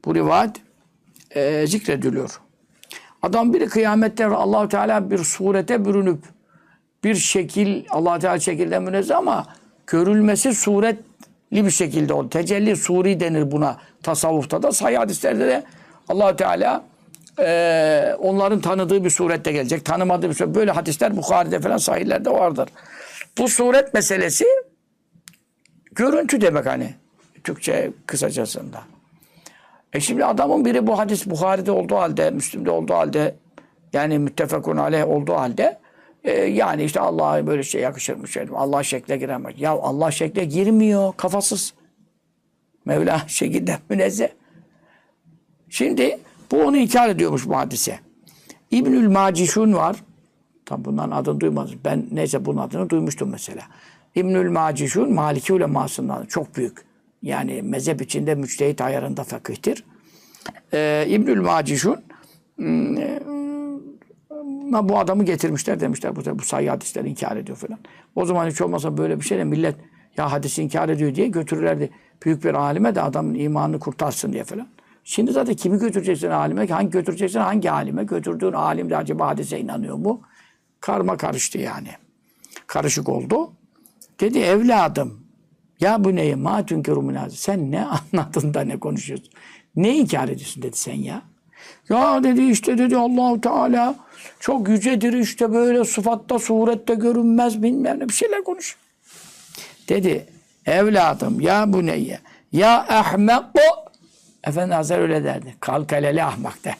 bu rivayet e, zikrediliyor. Adam biri kıyamette Allah-u Teala bir surete bürünüp bir şekil, Allah-u Teala şekilden münezzeh ama görülmesi suretli bir şekilde o. Tecelli suri denir buna tasavvufta da. Sahih hadislerde de Allah-u Teala e, onların tanıdığı bir surette gelecek. Tanımadığı bir suret. Böyle hadisler Bukhari'de falan sahihlerde vardır. Bu suret meselesi görüntü demek hani. Türkçe kısacasında. E şimdi adamın biri bu hadis Bukhari'de olduğu halde, Müslim'de olduğu halde, yani müttefekun aleyh olduğu halde e, yani işte Allah'a böyle şey yakışırmış. Allah şekle giremez. Ya Allah şekle girmiyor. Kafasız. Mevla şekilden münezzeh. Şimdi bu onu inkar ediyormuş bu hadise. İbnül Macişun var. Tam bunların adını duymadım. Ben neyse bunun adını duymuştum mesela. İbnül Macişun Maliki ulemasından çok büyük. Yani mezhep içinde müçtehit ayarında fakihtir. Ee, İbnül Macişun e, bu adamı getirmişler demişler. Bu, bu sayı hadisleri inkar ediyor falan. O zaman hiç olmasa böyle bir şeyle millet ya hadisi inkar ediyor diye götürürlerdi. Büyük bir alime de adamın imanını kurtarsın diye falan. Şimdi zaten kimi götüreceksin alime? Hangi götüreceksin? Hangi alime? Götürdüğün alim de acaba hadise inanıyor mu? Karma karıştı yani. Karışık oldu. Dedi evladım ya bu neye ma tünkeru münazir. Sen ne anladın da ne konuşuyorsun? Ne inkar ediyorsun dedi sen ya. Ya dedi işte dedi Allah-u Teala çok yücedir işte böyle sıfatta surette görünmez bilmem ne bir şeyler konuş. Dedi evladım ya bu neye ya ahmak o. Efendi Hazretleri öyle derdi. Kalkaleli ahmak de.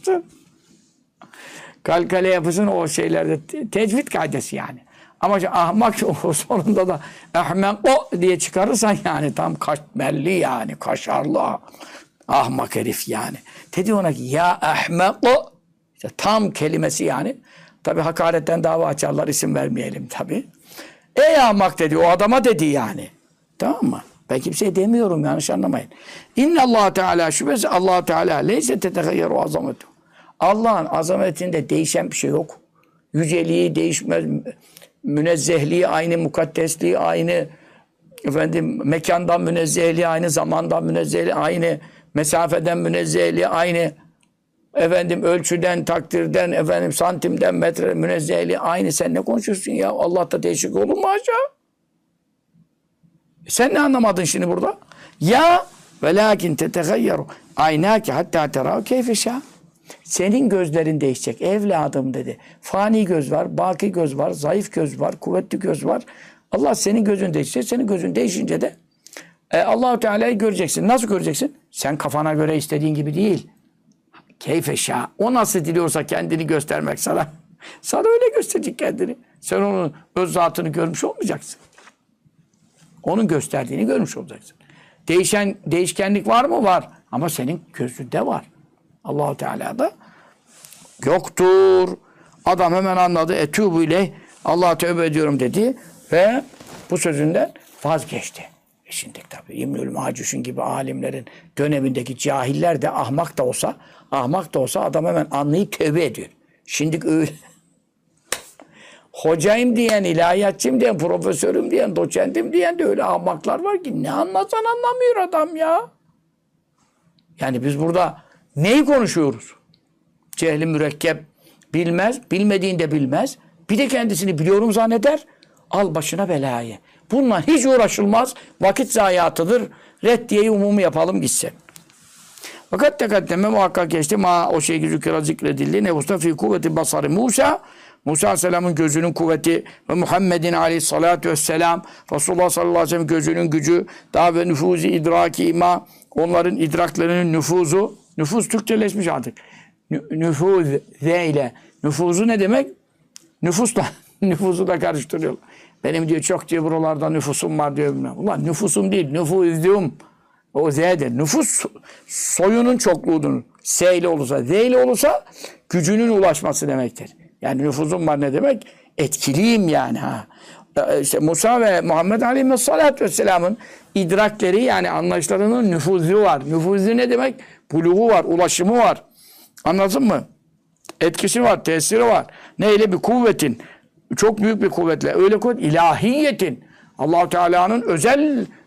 Kalkale yapısın o şeylerde tecvid kaidesi yani. Ama işte ahmak o sonunda da ahmak o diye çıkarırsan yani tam kaşmerli yani kaşarlı ahmak herif yani. Dedi ona ki ya ahmak o işte tam kelimesi yani. Tabi hakaretten dava açarlar isim vermeyelim tabi. Ey ahmak dedi o adama dedi yani. Tamam mı? Ben kimseye demiyorum yanlış anlamayın. İnne Allah Teala şüphesiz Allah Teala leyse tetehayyeru azametu. Allah'ın azametinde değişen bir şey yok. Yüceliği değişmez. Münezzehliği aynı, mukaddesliği aynı. Efendim mekandan münezzehliği aynı, zamandan münezzehliği aynı, mesafeden münezzehliği aynı. Efendim ölçüden, takdirden, efendim santimden, metre münezzehliği aynı. Sen ne konuşuyorsun ya? Allah'ta değişik olur mu acaba? Sen ne anlamadın şimdi burada? Ya velakin tetehayyeru aynâke hattâ terâhu keyfe şâ. Senin gözlerin değişecek evladım dedi. Fani göz var, baki göz var, zayıf göz var, kuvvetli göz var. Allah senin gözün değişecek. Senin gözün değişince de e, Allah-u Teala'yı göreceksin. Nasıl göreceksin? Sen kafana göre istediğin gibi değil. Keyfe şâ. O nasıl diliyorsa kendini göstermek sana. Sana öyle gösterecek kendini. Sen onun öz zatını görmüş olmayacaksın. Onun gösterdiğini görmüş olacaksın. Değişen, değişkenlik var mı? Var. Ama senin gözünde var. Allah-u Teala'da yoktur. Adam hemen anladı. Etûbü ileyh. Allah'a tövbe ediyorum dedi. Ve bu sözünden vazgeçti. E şimdi tabii İbnül Macişun gibi alimlerin dönemindeki cahiller de ahmak da olsa ahmak da olsa adam hemen anlayıp tövbe ediyor. Şimdi öyle hocayım diyen, ilahiyatçıyım diyen, profesörüm diyen, doçentim diyen de öyle ahmaklar var ki ne anlatsan anlamıyor adam ya. Yani biz burada neyi konuşuyoruz? Cehli mürekkep bilmez, bilmediğinde bilmez. Bir de kendisini biliyorum zanneder. Al başına belayı. Bununla hiç uğraşılmaz. Vakit zayiatıdır. Reddiyeyi umumi yapalım gitsin. Fakat tekaddeme muhakkak geçti. Ma o şey zikra zikredildi. Nevusta fi kuvveti basarı Musa. Musa Aleyhisselam'ın gözünün kuvveti ve Muhammedin Aleyhisselatü Vesselam Resulullah sallallahu aleyhi ve sellem gözünün gücü daha ve nüfuzi idraki ima onların idraklarının nüfuzu nüfuz Türkçeleşmiş artık. Nüfuz z ile nüfuzu ne demek? Nüfusla nüfuzu da karıştırıyorlar. Benim diyor çok diyor buralarda nüfusum var diyor. Ulan nüfusum değil nüfuzum. O z'dir. Nüfus soyunun çokluğudur. S ile olursa z ile olursa gücünün ulaşması demektir. Yani nüfuzum var ne demek? Etkiliyim yani ha. İşte Musa ve Muhammed Aleyhisselatü Vesselam'ın idrakleri yani anlayışlarının nüfuzu var. Nüfuzu ne demek? Buluğu var, ulaşımı var. Anladın mı? Etkisi var, tesiri var. Neyle bir kuvvetin, çok büyük bir kuvvetle, öyle kuvvet ilahiyetin. Allah-u Teala'nın özel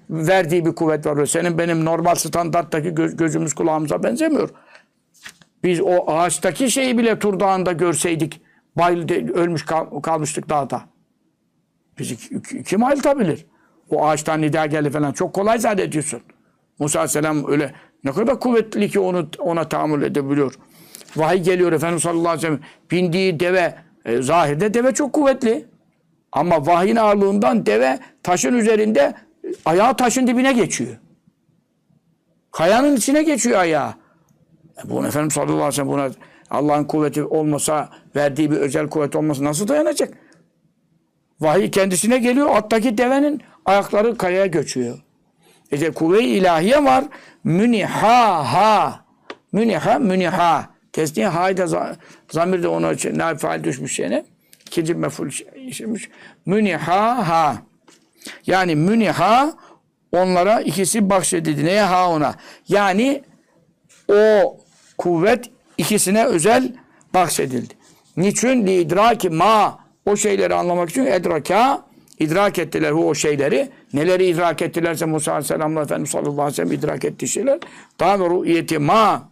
verdiği bir kuvvet var. Senin benim normal standarttaki göz, gözümüz kulağımıza benzemiyor. Biz o ağaçtaki şeyi bile Tur Dağı'nda görseydik bayıldı, ölmüş kal, kalmıştık dağda. Bizi kim ayıltabilir? O ağaçtan nida geldi falan. Çok kolay zannediyorsun. Musa Aleyhisselam öyle ne kadar kuvvetli ki onu ona tahammül edebiliyor. Vahiy geliyor Efendimiz sallallahu aleyhi ve sellem. Bindiği deve, e, zahirde deve çok kuvvetli. Ama vahyin ağırlığından deve taşın üzerinde ayağı taşın dibine geçiyor. Kayanın içine geçiyor ayağı. E, bu Efendimiz sallallahu aleyhi ve sellem buna Allah'ın kuvveti olmasa, verdiği bir özel kuvvet olmasa nasıl dayanacak? Vahiy kendisine geliyor. Alttaki devenin ayakları kayaya göçüyor. İşte kuvve-i ilahiye var. Müniha ha. Müniha, müniha. Tesniye ha'yı da zamir de ona naib faal düşmüş şeyine. İkinci mef'ul işlemiş. Müniha ha. Yani müniha onlara ikisi bahşedildi. Neye ha ona? Yani o kuvvet ikisine özel bahşedildi. Niçin? Li idraki ma. O şeyleri anlamak için edraka idrak ettiler o şeyleri. Neleri idrak ettilerse Musa Aleyhisselam'la Efendimiz sallallahu aleyhi ve sellem idrak ettiği şeyler. Daha ve ru'yeti ma.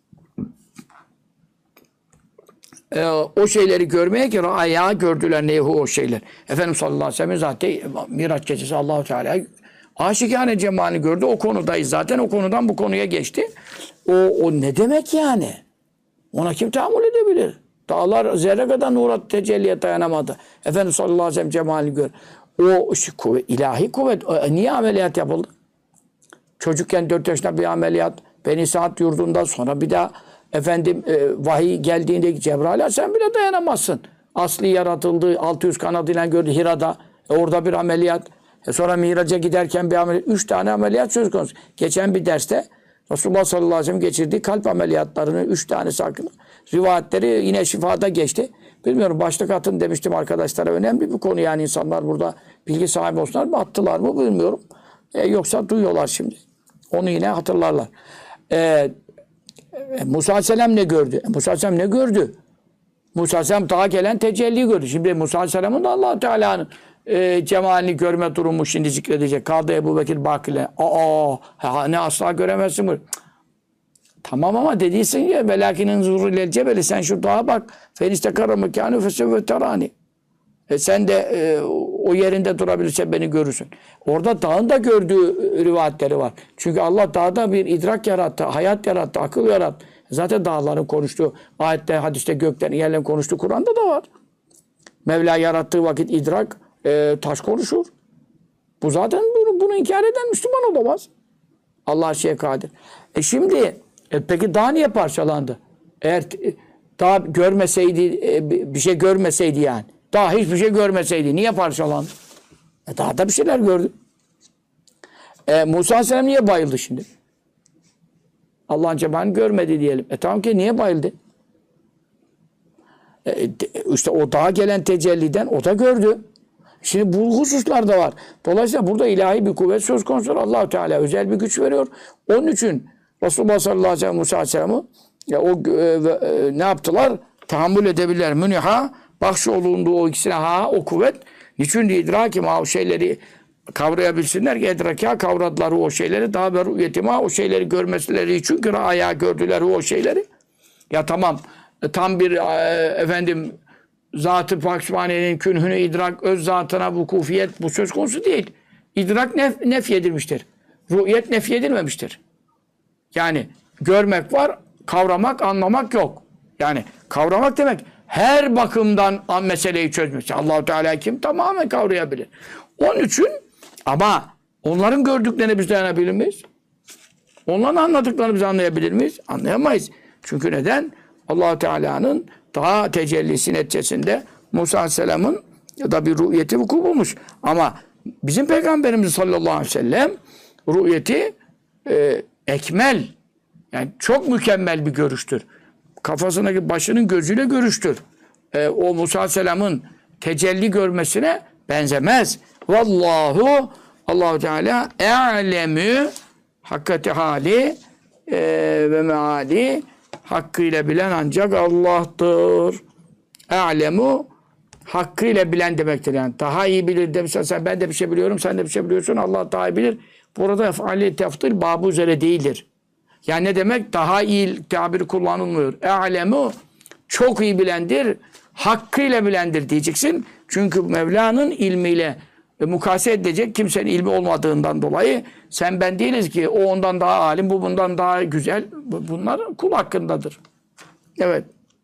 Ee, o şeyleri görmeye ki ayağı gördüler nehu o şeyler. Efendimiz sallallahu aleyhi ve sellem zaten Miraç gecesi Allah-u Teala aşikâne cemalini gördü. O konudayız zaten. O konudan bu konuya geçti. O, o ne demek yani? Ona kim tahammül edebilir? Dağlar zerre kadar nurat tecelliye dayanamadı. Efendimiz sallallahu aleyhi ve sellem cemalini gör. O şu kuvvet, ilahi kuvvet. O, niye ameliyat yapıldı? Çocukken dört yaşında bir ameliyat. Beni Saat yurdunda sonra bir daha efendim e, vahiy geldiğinde Cebrail'e sen bile dayanamazsın. Asli yaratıldı. altı yüz kanadıyla gördü Hira'da. E, orada bir ameliyat. E, sonra Miraç'a giderken bir ameliyat. Üç tane ameliyat söz konusu. Geçen bir derste Resulullah sallallahu aleyhi ve sellem geçirdiği kalp ameliyatlarını üç tanesi hakkında rivayetleri yine şifada geçti. Bilmiyorum başlık atın demiştim arkadaşlara. Önemli bir konu yani insanlar burada bilgi sahibi olsunlar mı attılar mı bilmiyorum. E, yoksa duyuyorlar şimdi. Onu yine hatırlarlar. E, e, Musa Aleyhisselam ne gördü? E, Musa Aleyhisselam ne gördü? Musa Aleyhisselam daha gelen tecelli gördü. Şimdi Musa Aleyhisselam'ın da Allah Teala'nın e, cemalini görme durumu şimdi zikredecek. Kaldı Ebubekir Bakir'le. Aa ha, ne asla göremezsin bu. Tamam ama dediysin ya velakinin zurulel cebeli sen şu dağa bak. Feniste karamıkânü fesevve terani. E sen de e, o yerinde durabilirse beni görürsün. Orada dağın da gördüğü rivayetleri var. Çünkü Allah dağda bir idrak yarattı, hayat yarattı, akıl yarattı. Zaten dağların konuştuğu, ayette, hadiste, gökten, yerlerin konuştuğu Kur'an'da da var. Mevla yarattığı vakit idrak, e, taş konuşur. Bu zaten bunu, bunu inkar eden Müslüman olamaz. Allah şeye kadir. E şimdi, e peki dağ niye parçalandı? Eğer e, dağ görmeseydi, e, bir şey görmeseydi yani. Dağ hiçbir şey görmeseydi niye parçalandı? E dağda bir şeyler gördü. E, Musa Aleyhisselam niye bayıldı şimdi? Allah'ın cemalini görmedi diyelim. E tamam ki niye bayıldı? E, işte o dağa gelen tecelliden o da gördü. Şimdi bu hususlar da var. Dolayısıyla burada ilahi bir kuvvet söz konusu. Allah-u Teala özel bir güç veriyor. Onun için Resulullah sallallahu aleyhi ve sellem Musa Aleyhisselam'ı ya o e, e, ne yaptılar? Tahammül edebilirler. Müniha bahşolunduğu o ikisine ha o kuvvet. Niçin diye idrakim ha o şeyleri kavrayabilsinler ki edraka kavradılar o şeyleri. Daha bir rüyetima o şeyleri görmesileri için ki ayağı gördüler o şeyleri. Ya tamam tam bir e, efendim Zat-ı Pak Sübhane'nin künhünü idrak öz zatına vukufiyet bu söz konusu değil. İdrak nef, nefyedilmiştir. Rü'yet nefyedilmemiştir. Yani görmek var, kavramak, anlamak yok. Yani kavramak demek her bakımdan meseleyi çözmesi. Allah-u Teala kim? Tamamen kavrayabilir. Onun için ama onların gördüklerine biz dayanabilir miyiz? Onların anladıklarını biz anlayabilir miyiz? Anlayamayız. Çünkü neden? Allah-u Teala'nın daha tecellisi neticesinde Musa Aleyhisselam'ın ya da bir rü'yeti vuku bulmuş. Ama bizim Peygamberimiz sallallahu aleyhi ve sellem rü'yeti e, ekmel. Yani çok mükemmel bir görüştür. Kafasındaki başının gözüyle görüştür. E, o Musa Aleyhisselam'ın tecelli görmesine benzemez. Vallahu Allah-u Teala e'lemü hakikati hali e, ve meali hakkıyla bilen ancak Allah'tır. E'lemu hakkıyla bilen demektir yani. Daha iyi bilir demişsen sen ben de bir şey biliyorum sen de bir şey biliyorsun Allah daha iyi bilir. Burada efali teftil babı üzere değildir. Yani ne demek? Daha iyi tabiri kullanılmıyor. E'lemu çok iyi bilendir, hakkıyla bilendir diyeceksin. Çünkü Mevla'nın ilmiyle e, mukayese edecek kimsenin ilmi olmadığından dolayı sen ben değiliz ki o ondan daha alim, bu bundan daha güzel. Bunlar kul hakkındadır. Evet.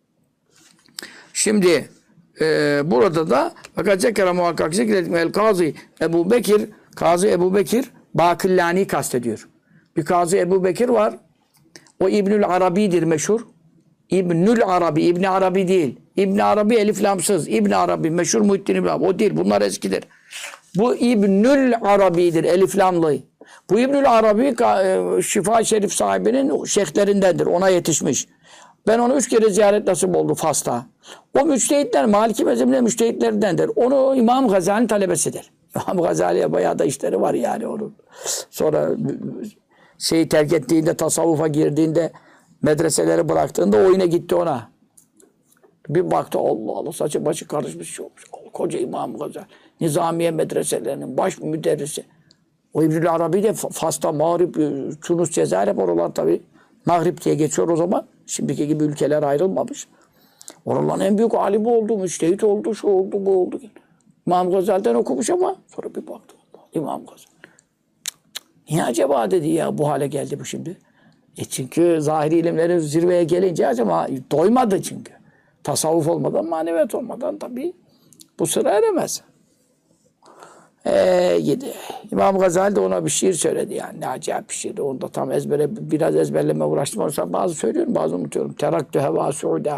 Şimdi e, burada da fakat zekara muhakkak zikretme el Kazı Ebu Bekir Kazı Ebu Bekir Bakillani kastediyor. Bir Kazı Ebu Bekir var. O İbnül Arabi'dir meşhur. İbnül Arabi, İbni Arabi değil. İbni Arabi elif lamsız. İbni Arabi meşhur Muhittin İbni Arabi. O değil. Bunlar eskidir. Bu İbnül Arabi'dir. Elif lamlı. Bu İbnül Arabi Şifa-i Şerif sahibinin şeyhlerindendir. Ona yetişmiş. Ben onu üç kere ziyaret nasip oldu Fas'ta. O müçtehitler, Maliki mezhebinin müçtehitlerindendir. Onu İmam Gazali'nin talebesidir. İmam Gazali'ye bayağı da işleri var yani onun. Sonra şeyi terk ettiğinde, tasavvufa girdiğinde, medreseleri bıraktığında o yine gitti ona. Bir baktı Allah Allah saçı başı karışmış şey olmuş. Koca İmam Gazali. Nizamiye medreselerinin baş müderrisi. O İbnül Arabi de Fas'ta, Mağrib, Tunus, Cezayir hep oralar tabii. Mağrib diye geçiyor o zaman. Şimdiki gibi ülkeler ayrılmamış. Oraların en büyük alimi oldu, müçtehit oldu, şu oldu, bu oldu. İmam Gazali'den okumuş ama sonra bir baktı Allah. İmam Gazali. Niye acaba dedi ya bu hale geldi bu şimdi? E çünkü zahiri ilimlerin zirveye gelince acaba doymadı çünkü. Tasavvuf olmadan, maneviyat olmadan tabii bu sıra eremez. Eee gidi. İmam Gazali de ona bir şiir söyledi yani. Ne acayip bir şiirdi. Onu da tam ezbere, biraz ezberleme uğraştım. Oysa bazı söylüyorum, bazı unutuyorum. Teraktü heva su'da.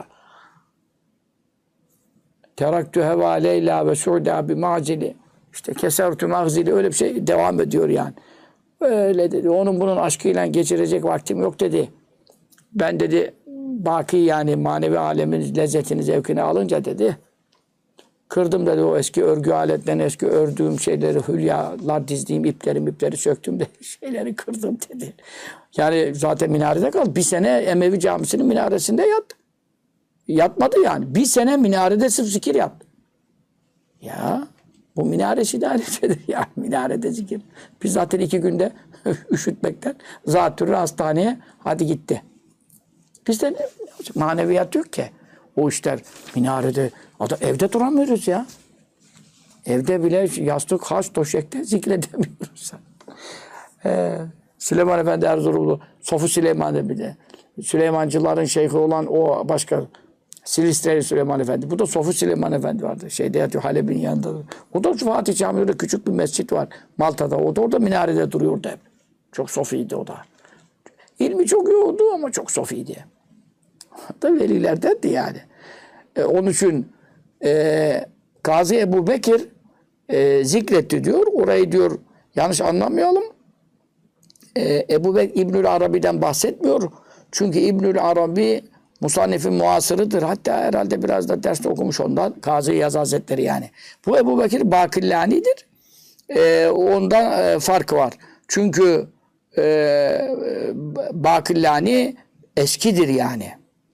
Teraktü heva leyla ve su'da bi ma'zili. İşte kesertü mağzili öyle bir şey devam ediyor yani. Öyle dedi. Onun bunun aşkıyla geçirecek vaktim yok dedi. Ben dedi baki yani manevi alemin lezzetini, zevkini alınca dedi. Kırdım dedi o eski örgü aletlerini, eski ördüğüm şeyleri, hülyalar dizdiğim ipleri, ipleri söktüm de şeyleri kırdım dedi. Yani zaten minarede kaldı. Bir sene Emevi Camisi'nin minaresinde yattı. Yatmadı yani. Bir sene minarede sırf zikir yaptı. Ya bu minare şidaletidir ya. Minarede zikir. Biz zaten iki günde üşütmekten zatürre hastaneye hadi gitti. Bizde ne? Maneviyat yok ki. O işler minarede. Adam, evde duramıyoruz ya. Evde bile yastık, haç, döşekte zikredemiyoruz. Ee, Süleyman Efendi Erzurumlu, Sofu Süleyman bir de. Süleymancıların şeyhi olan o başka. Silistre'li Süleyman Efendi. Bu da Sofu Süleyman Efendi vardı. Şeyde yatıyor, Halep'in yanında. O da Fatih Camii'de küçük bir mescit var. Malta'da. O da orada minarede duruyordu hep. Çok sofiydi o da. İlmi çok yoğundu ama çok sofiydi. Da velilerdendi yani. E, onun için e, Gazi Ebu Bekir e, zikretti diyor. Orayı diyor yanlış anlamayalım. E, Ebu Bekir İbnül Arabi'den bahsetmiyor. Çünkü İbnül Arabi Musannif'in muasırıdır. Hatta herhalde biraz da derste okumuş ondan. Gazi Iyaz Hazretleri yani. Bu Ebu Bekir Bakillani'dir. E, ondan e, farkı var. Çünkü e, Bakillani eskidir yani.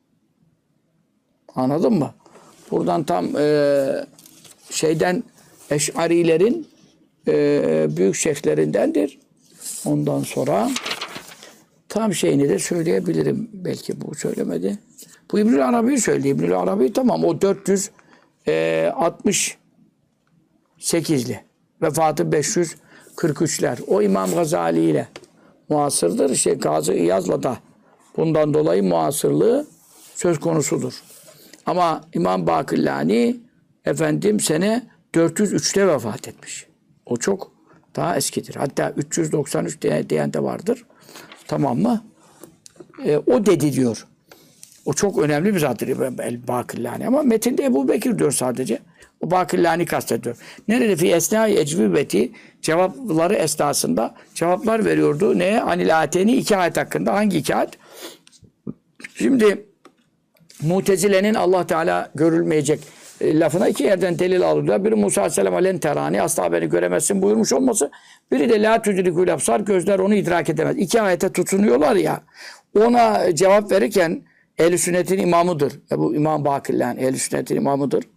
Anladın mı? Buradan tam e, şeyden Eş'arilerin e, büyük şeyhlerindendir. Ondan sonra tam şeyini de söyleyebilirim. Belki bu söylemedi. Bu İbnül Arabi'yi söyledi. İbnül Arabi tamam o dört yüz altmış sekizli. Vefatı beş yüz kırk üçler. O İmam Gazali ile muasırdır. Şey, Gazi İyaz'la da bundan dolayı muasırlığı söz konusudur. Ama İmam Bakillani efendim sene dört yüz üçte vefat etmiş. O çok daha eskidir. Hatta üç yüz doksan üç diyen de vardır. Tamam mı? E, o dedi diyor. O çok önemli bir zattır El Bakillani. Ama metinde Ebu Bekir diyor sadece. O Bakillani kastediyor. Nerede fi esnai ecvibeti cevapları esnasında cevaplar veriyordu. Neye? Anil ateni iki ayet hakkında. Hangi iki ayet? Şimdi Mutezile'nin Allah Teala görülmeyecek e, lafına iki yerden delil alıyorlar. Biri Musa Aleyhisselam alen terani asla beni göremezsin buyurmuş olması. Biri de la tudrikul absar gözler onu idrak edemez. İki ayete tutunuyorlar ya. Ona cevap verirken Ehl-i Sünnet'in imamıdır. E bu İmam Bakillani Ehl-i Sünnet'in imamıdır.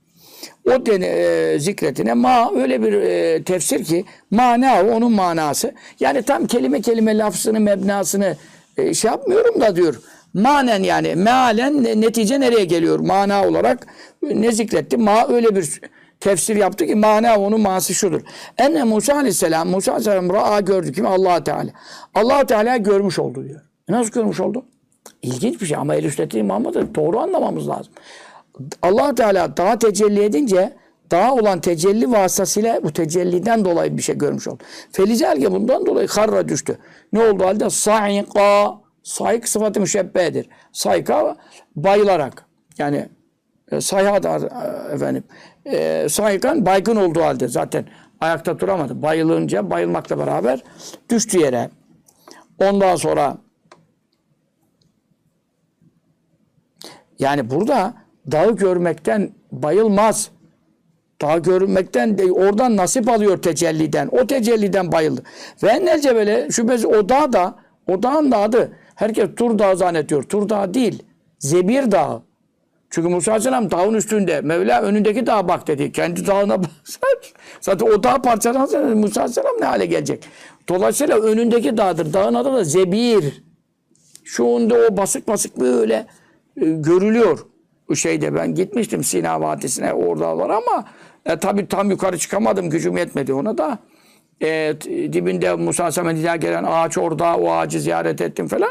O dene, e, zikretine ma öyle bir e, tefsir ki mana onun manası. Yani tam kelime kelime lafzını mebnasını e, şey yapmıyorum da diyor. Manen yani mealen netice nereye geliyor? Mana olarak ne zikretti? Ma öyle bir tefsir yaptı ki mana onun manası şudur. Enne Musa aleyhisselam Musa aleyhisselam ra'a gördü kim? Allah Teala. Allah Teala görmüş oldu diyor. E nasıl görmüş oldu? İlginç bir şey ama Ehl-i Sünnet-i İmam'ı doğru anlamamız lazım. Allah Teala dağa tecelli edince dağa olan tecelli vasıtasıyla bu tecelliden dolayı bir şey görmüş oldu. Felizelge bundan dolayı harra düştü. Ne oldu halde? Sa'ika. Sayık sıfatı müşebbehedir. Sayka bayılarak. Yani e, sayha da e, efendim. E, sayıkan baygın olduğu halde zaten ayakta duramadı. Bayılınca bayılmakla beraber düştü yere. Ondan sonra yani burada dağı görmekten bayılmaz. Dağı görmekten de oradan nasip alıyor tecelliden. O tecelliden bayıldı. Ve ennelce böyle şüphesiz o dağ da o dağın da adı herkes Tur Dağı zannediyor. Tur Dağı değil. Zebir Dağı. Çünkü Musa Aleyhisselam dağın üstünde. Mevla önündeki dağa bak dedi. Kendi dağına bak. Zaten o dağ parçalansa Musa Aleyhisselam ne hale gelecek? Dolayısıyla önündeki dağdır. Dağın adı da Zebir. Şu anda o basık basık böyle e, görülüyor. O şeyde ben gitmiştim Sina Vadisi'ne orada var ama e, tabii tam yukarı çıkamadım. Gücüm yetmedi ona da. E, dibinde Musa Aleyhisselam'a gelen ağaç orada. O ağacı ziyaret ettim falan.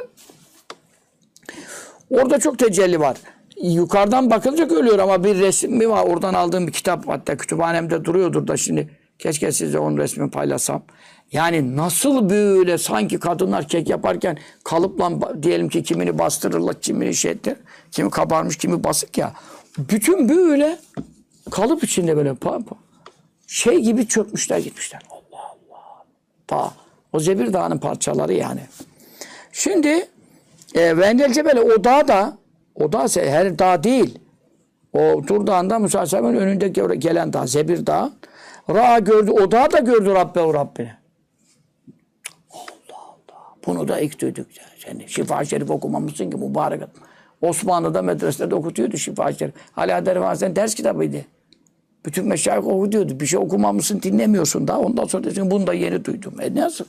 Orada çok tecelli var. Yukarıdan bakılacak ölüyor ama bir resim mi var? Oradan aldığım bir kitap hatta kütüphanemde duruyordur da şimdi keşke size onun resmini paylaşsam. Yani nasıl böyle sanki kadınlar kek yaparken kalıpla diyelim ki kimini bastırırlar, kimini şey ettir, kimi kabarmış, kimi basık ya. Bütün böyle kalıp içinde böyle şey gibi çökmüşler gitmişler. Allah Allah. Ta o Zebir Dağı'nın parçaları yani. Şimdi e, Vendel Cebeli o dağ da o dağ her dağ değil. O Tur Dağı'nda Musa Aleyhisselam'ın önünde gelen dağ Zebir Dağı. Ra gördü. O dağ da gördü Rabbe Rabbini. Allah Allah. Bunu da ilk duyduk. Sen Şifa-i Şerif okumamışsın ki mübarek. Osmanlı'da medresede okutuyordu Şifa-i Şerif. Hala Dervaz'ın ders kitabıydı. Bütün meşayih okutuyordu. Bir şey okumamışsın, dinlemiyorsun da. Ondan sonra diyorsun bunu da yeni duydum. E nasıl?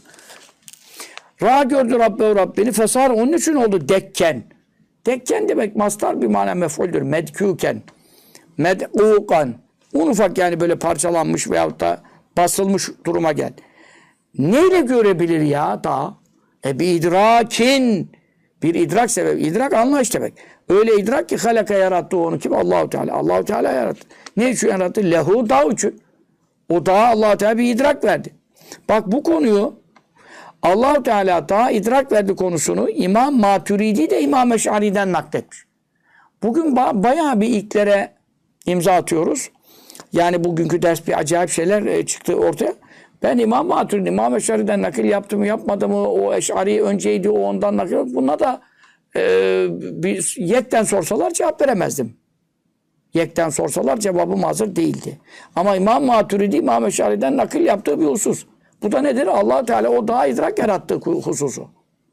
Ra gördü Rabbe Rabbini. Fesar onun için oldu dekken. Dekken demek mastar bir mana mef'uldür. Medkûken. Med'ûkan. Un ufak yani böyle parçalanmış veyahut da basılmış duruma gel. Neyle görebilir ya da? E bir idrakin. Bir idrak sebebi. İdrak anlayış demek. Öyle idrak ki halaka yarattı onu kim? Allahu Teala. Allahu Teala yarattı. Ne için yarattı? Lehu dağ için. O dağa Allahu Teala bir idrak verdi. Bak bu konuyu Allah-u Teala daha idrak verdi konusunu İmam Maturidi de İmam Eş'ari'den nakletmiş. Bugün ba bayağı bir ilklere imza atıyoruz. Yani bugünkü ders bir acayip şeyler e, çıktı ortaya. Ben İmam Maturidi, İmam Eş'ari'den nakil yaptım mı yapmadım mı? O Eş'ari önceydi, o ondan nakil. Buna da e, bir yekten sorsalar cevap veremezdim. Yekten sorsalar cevabım hazır değildi. Ama İmam Maturidi, İmam Eş'ari'den nakil yaptığı bir husus. Bu da nedir? Allah Teala o daha idrak yarattığı hususu.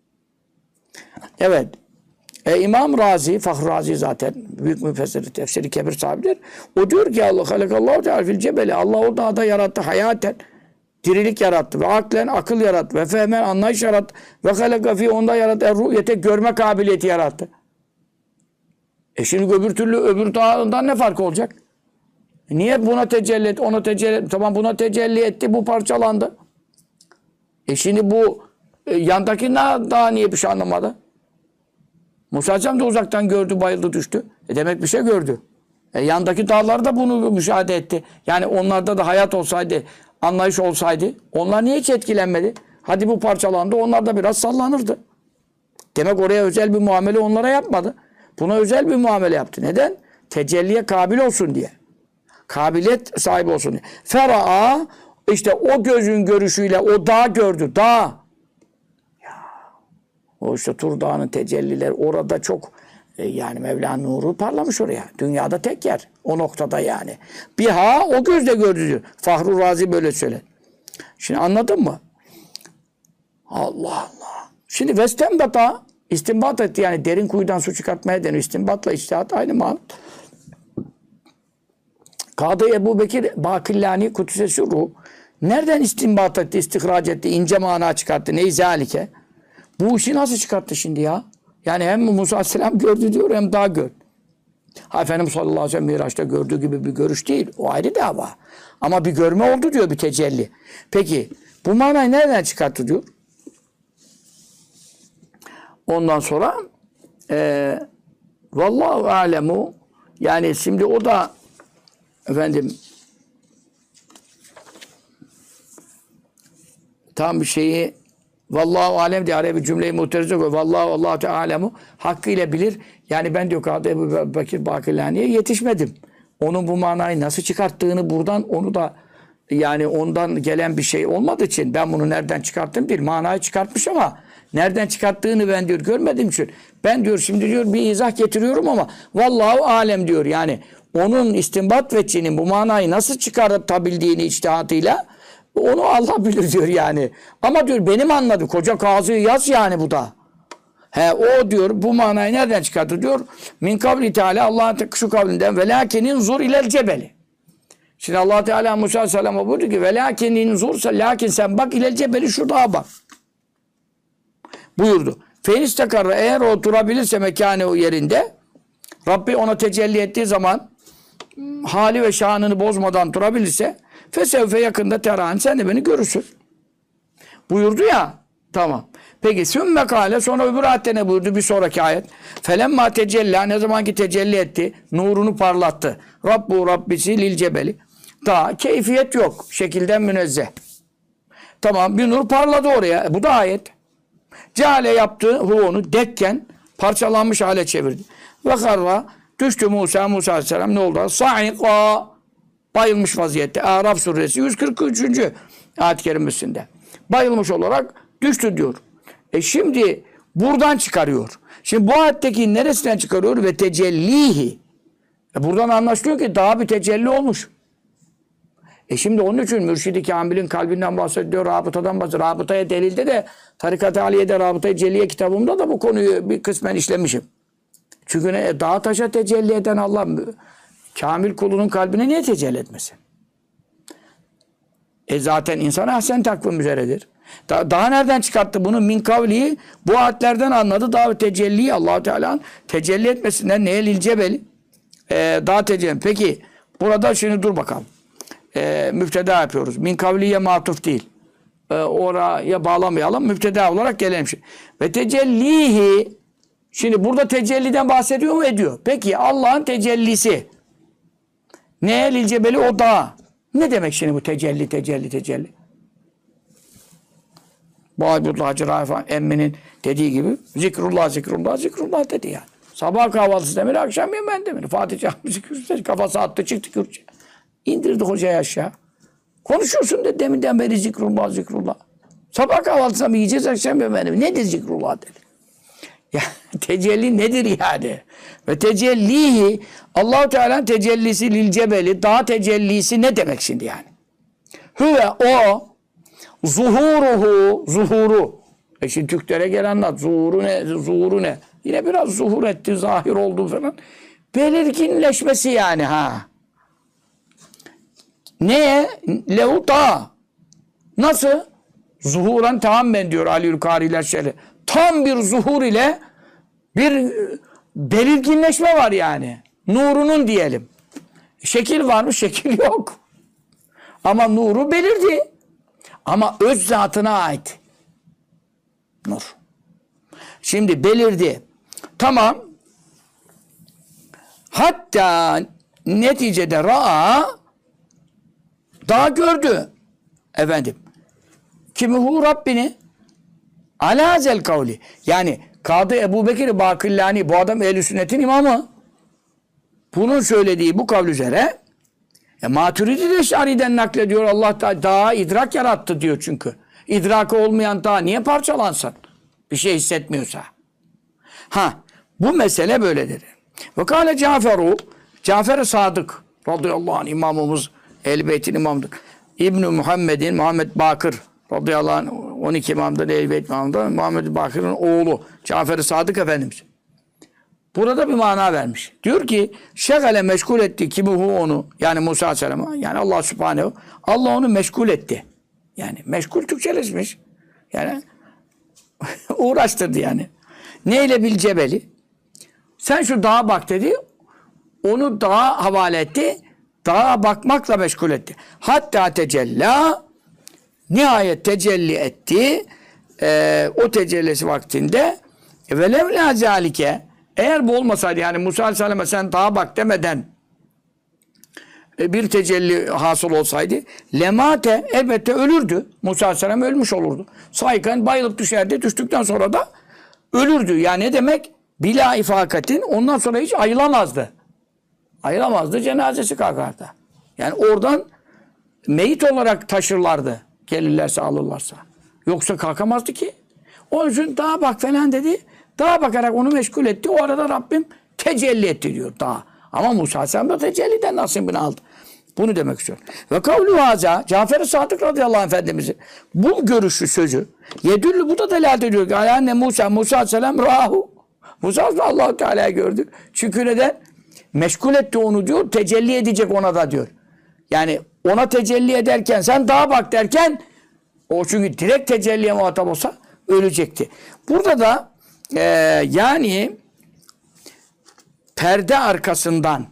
Evet. E, İmam Razi, Fahri Razi zaten büyük müfessiri, tefsiri kebir sahibidir. O diyor ki Allah halakallahu teala fil cebeli. Allah o dağda yarattı hayaten. Dirilik yarattı ve aklen akıl yarattı ve fehmen anlayış yarattı ve halaka fi onda yarattı. E, ruhiyete görme kabiliyeti yarattı. E şimdi öbür türlü öbür dağından ne fark olacak? E, niye buna tecelli etti, ona tecelli etti? Tamam buna tecelli etti, bu parçalandı. E şimdi bu e, yandaki daha niye bir şey anlamadı? Musa Aleyhisselam da uzaktan gördü, bayıldı, düştü. E demek bir şey gördü. E yandaki dağlar da bunu müşahede etti. Yani onlarda da hayat olsaydı, anlayış olsaydı, onlar niye hiç etkilenmedi? Hadi bu parçalandı, onlar da biraz sallanırdı. Demek oraya özel bir muamele onlara yapmadı. Buna özel bir muamele yaptı. Neden? Tecelliye kabil olsun diye. Kabiliyet sahibi olsun diye. Fera'a işte o gözün görüşüyle o dağ gördü. Dağ. Ya. O işte Tur Dağı'nın tecellileri orada çok e, yani Mevla'nın nuru parlamış oraya. Dünyada tek yer. O noktada yani. Biha o gözle gördü diyor. Fahru Razi böyle söyledi. Şimdi anladın mı? Allah Allah. Şimdi Vestenbata istinbat etti yani derin kuyudan su çıkartmaya deniyor. İstinbatla içtihat aynı mantık. Kadı Ebu Bekir Bakillani Kudüs'e ruh nereden istinbat etti, istihraç etti, ince mana çıkarttı, neyzalike? Bu işi nasıl çıkarttı şimdi ya? Yani hem Musa Aleyhisselam gördü diyor hem daha gör. Ha, Efendimiz sallallahu aleyhi ve sellem Miraç'ta gördüğü gibi bir görüş değil. O ayrı dava. Ama bir görme oldu diyor, bir tecelli. Peki bu manayı nereden çıkarttı diyor? Ondan sonra e, vallahu alemu, yani şimdi o da efendim tam bir şeyi vallahu alem diye araya bir cümleyi muhterize koy. Vallahu Allahu tealemu hakkıyla bilir. Yani ben diyor Kadı Ebu Bekir Bakillani'ye yetişmedim. Onun bu manayı nasıl çıkarttığını buradan, onu da yani ondan gelen bir şey olmadığı için ben bunu nereden çıkarttım değil. Manayı çıkartmış ama nereden çıkarttığını ben diyor görmediğim için. Ben diyor şimdi diyor bir izah getiriyorum ama vallahu alem diyor. Yani onun istinbat veçhinin bu manayı nasıl çıkartabildiğini içtihatıyla onu Allah bilir diyor yani. Ama diyor benim anladım. Koca kazıyı yaz yani bu da. He o diyor bu manayı nereden çıkarttı diyor. Min kavli Teala Allah'ın şu kavlinden velâkenin zur ilel cebeli. Şimdi Allah Teala Musa Aleyhisselam'a buyurdu ki velâkenin zursa lakin sen bak ilel cebeli şu dağa bak. Buyurdu. Fenistekarra eğer o oturabilirse mekâne o yerinde Rabbi ona tecelli ettiği zaman hali ve şanını bozmadan durabilirse fesevfe yakında terâhin sen de beni görürsün. Buyurdu ya. Tamam. Peki sümme kâle sonra öbür ayette ne buyurdu? Bir sonraki ayet. Felemma tecella ne zaman ki tecelli etti. Nurunu parlattı. Rabbu Rabbisi lil cebeli. Daha keyfiyet yok. Şekilden münezzeh. Tamam bir nur parladı oraya. Bu da ayet. Ceale yaptı onu dekken parçalanmış hale çevirdi. Ve karra düştü Musa Musa Aleyhisselam ne oldu? Sa'ika bayılmış vaziyette. Araf suresi yüz kırk üçüncü ayet-i kerimesinde. Bayılmış olarak düştü diyor. E şimdi buradan çıkarıyor. Şimdi bu ayetteki neresinden çıkarıyor? Ve tecellihi. E buradan anlaşılıyor ki daha bir tecelli olmuş. E şimdi onun için Mürşid-i Kamil'in kalbinden bahsediyor, rabıtadan bahsediyor. Rabıtaya delilde de Tarikat-ı Aliye'de Rabıta-i Celliye kitabımda da bu konuyu bir kısmen işlemişim. Çünkü ne, dağa taşa tecelli eden Allah Kamil kulunun kalbine niye tecelli etmesin? E zaten insan ahsen takvim üzeredir. Da, daha nereden çıkarttı bunu? Min kavliyi bu ayetlerden anladı. Daha tecelliyi Allah-u Teala'nın tecelli etmesinden neye lilcebeli? Ee, daha tecelli. Peki burada şimdi dur bakalım. Ee, müfteda yapıyoruz. Min kavliye matuf değil. Ee, oraya bağlamayalım. Müfteda olarak gelelim şimdi. Ve tecellihi şimdi burada tecelliden bahsediyor mu? Ediyor. Peki Allah'ın tecellisi neye lilcebeli? O dağ. Ne demek şimdi bu tecelli, tecelli, tecelli? Bağibullah Hacı Raif Emmi'nin dediği gibi zikrullah, zikrullah, zikrullah dedi yani. Sabah kahvaltısı demir, akşam yemeğin demir. Fatih Camii zikir, kafası attı çıktı Kürtçe. İndirdi hocayı aşağı. Konuşuyorsun dedi deminden beri zikrullah, zikrullah. Sabah kahvaltısına mı yiyeceğiz, akşam yemeğin mi? Nedir zikrullah dedi. Ya tecelli nedir yani? Ve tecellihi Allah-u Teala'nın tecellisi lil cebeli, dağ tecellisi ne demek şimdi yani? Hüve o zuhuruhu, zuhuru. E şimdi Türklere gel anlat. Zuhuru ne? Zuhuru ne? Yine biraz zuhur etti, zahir oldu falan. Belirginleşmesi yani ha. Neye? Lehu dağ. Nasıl? Zuhuran tammen diyor Aliül Kariler şerhi. Tam bir zuhur ile bir belirginleşme var yani. Nurunun diyelim. Şekil var mı? Şekil yok. Ama nuru belirdi. Ama öz zatına ait. Nur. Şimdi belirdi. Tamam. Hatta neticede ra'a daha gördü. Efendim. Kimihu Rabbini alazel kavli. Yani Kadı Ebu Bekir Bakillani bu adam Ehl-i Sünnet'in imamı. Bunun söylediği bu kavl üzere e, Maturidi de Şari'den naklediyor. Allah da dağa idrak yarattı diyor çünkü. İdrakı olmayan dağ niye parçalansın? Bir şey hissetmiyorsa. Ha, bu mesele böyledir. Ve kâle Caferu, Cafer-i Sadık radıyallahu anh imamımız, Ehl-i Beyt'in imamıdır. İbn-i Muhammed'in, Muhammed Bakır radıyallahu anh, on iki imamdır, Ehl-i Beyt imamıdır. Muhammed Bakır'ın oğlu, Cafer-i Sadık Efendimiz. Burada bir mana vermiş. Diyor ki şegale meşgul etti kibuhu onu. Yani Musa Aleyhisselam'a. Yani Allah Subhanehu. Allah onu meşgul etti. Yani meşgul Türkçeleşmiş. Yani uğraştırdı yani. Neyle bil cebeli? Sen şu dağa bak dedi. Onu dağa havale etti. Dağa bakmakla meşgul etti. Hatta tecella nihayet tecelli etti. Ee, o tecellisi vaktinde velev la zalike eğer bu olmasaydı yani Musa Aleyhisselam'a sen dağa bak demeden e, bir tecelli hasıl olsaydı lemate elbette ölürdü. Musa Aleyhisselam ölmüş olurdu. Saykan bayılıp düşerdi. Düştükten sonra da ölürdü. Yani ne demek? Bila ifakatin ondan sonra hiç ayılamazdı. Ayılamazdı. Cenazesi kalkardı. Yani oradan meyit olarak taşırlardı. Gelirlerse alırlarsa. Yoksa kalkamazdı ki. Onun için dağa bak falan dedi. Dağa bakarak onu meşgul etti. O arada Rabbim tecelli etti diyor dağa. Ama Musa Aleyhisselam da tecelliden nasibini aldı. Bunu demek istiyorum. Ve kavlu haza Cafer-i Sadık radıyallahu anh Efendimiz'i bu görüşü sözü yedüllü bu da delalet ediyor ki anne Musa Musa Aleyhisselam rahu. Musa Aleyhisselam Allah-u Teala'ya gördük. Çünkü neden? Meşgul etti onu diyor. Tecelli edecek ona da diyor. Yani ona tecelli ederken sen dağa bak derken o çünkü direkt tecelliye muhatap olsa ölecekti. Burada da e, yani perde arkasından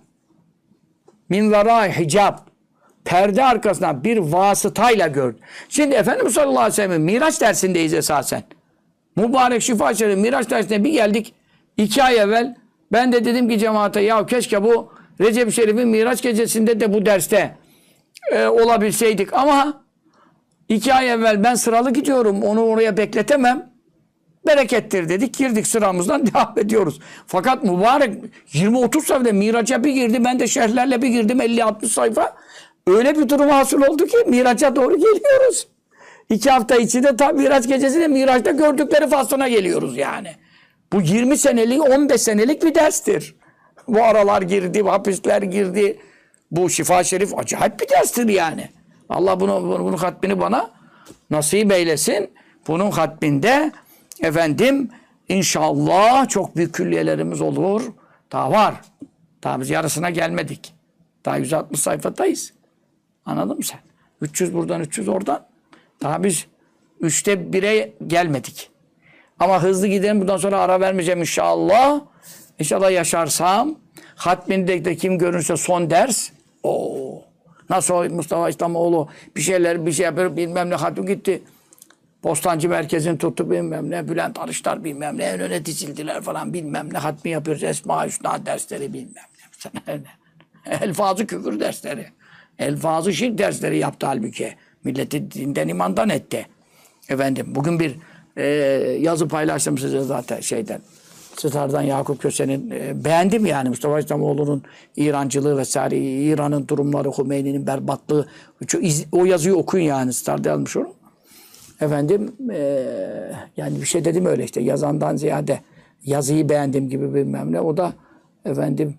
min verai hicab perde arkasından bir vasıtayla gördü. Şimdi Efendimiz sallallahu aleyhi ve sellem'in Miraç dersindeyiz esasen. Mübarek Şifa Şerif Miraç dersine bir geldik. iki ay evvel ben de dedim ki cemaate ya keşke bu Recep Şerif'in Miraç gecesinde de bu derste e, olabilseydik ama iki ay evvel ben sıralı gidiyorum onu oraya bekletemem. Berekettir dedik. Girdik sıramızdan devam ediyoruz. Fakat mübarek yirmi otuz sayfada Miraç'a bir girdi. Ben de şerhlerle bir girdim elli altmış sayfa. Öyle bir durum hasıl oldu ki Miraç'a doğru geliyoruz. İki hafta içinde tam Miraç gecesinde Miraç'ta gördükleri faslına geliyoruz yani. Bu yirmi senelik on beş senelik bir derstir. Bu aralar girdi, hapisler girdi. Bu Şifa Şerif acayip bir derstir yani. Allah bunu, bunu, bunun hatmini bana nasip eylesin. Bunun hatminde efendim inşallah çok büyük külliyelerimiz olur. Daha var. Daha biz yarısına gelmedik. Daha yüz altmış sayfadayız. Anladın mı sen? üç yüz buradan üç yüz oradan. Daha biz üçte bire gelmedik. Ama hızlı gidelim. Bundan sonra ara vermeyeceğim inşallah. İnşallah yaşarsam hatminde de kim görünse son ders. Oo. Nasıl Mustafa İslamoğlu bir şeyler bir şey yapıyor bilmem ne hatun gitti. Postancı merkezini tuttu bilmem ne. Bülent Arışlar bilmem ne. En öne dizildiler falan bilmem ne. Hatmi yapıyoruz. Esma-i Hüsna dersleri bilmem ne. Elfazı küfür dersleri. Elfazı şirk dersleri yaptı halbuki. Milleti dinden imandan etti. Efendim bugün bir e, yazı paylaştım size zaten şeyden. Star'dan Yakup Köse'nin e, beğendim yani Mustafa İslamoğlu'nun İrancılığı vesaire İran'ın durumları, Hümeyni'nin berbatlığı o yazıyı okuyun yani Star'da yazmış onu. Efendim e, yani bir şey dedim öyle işte yazandan ziyade yazıyı beğendim gibi bilmem ne o da efendim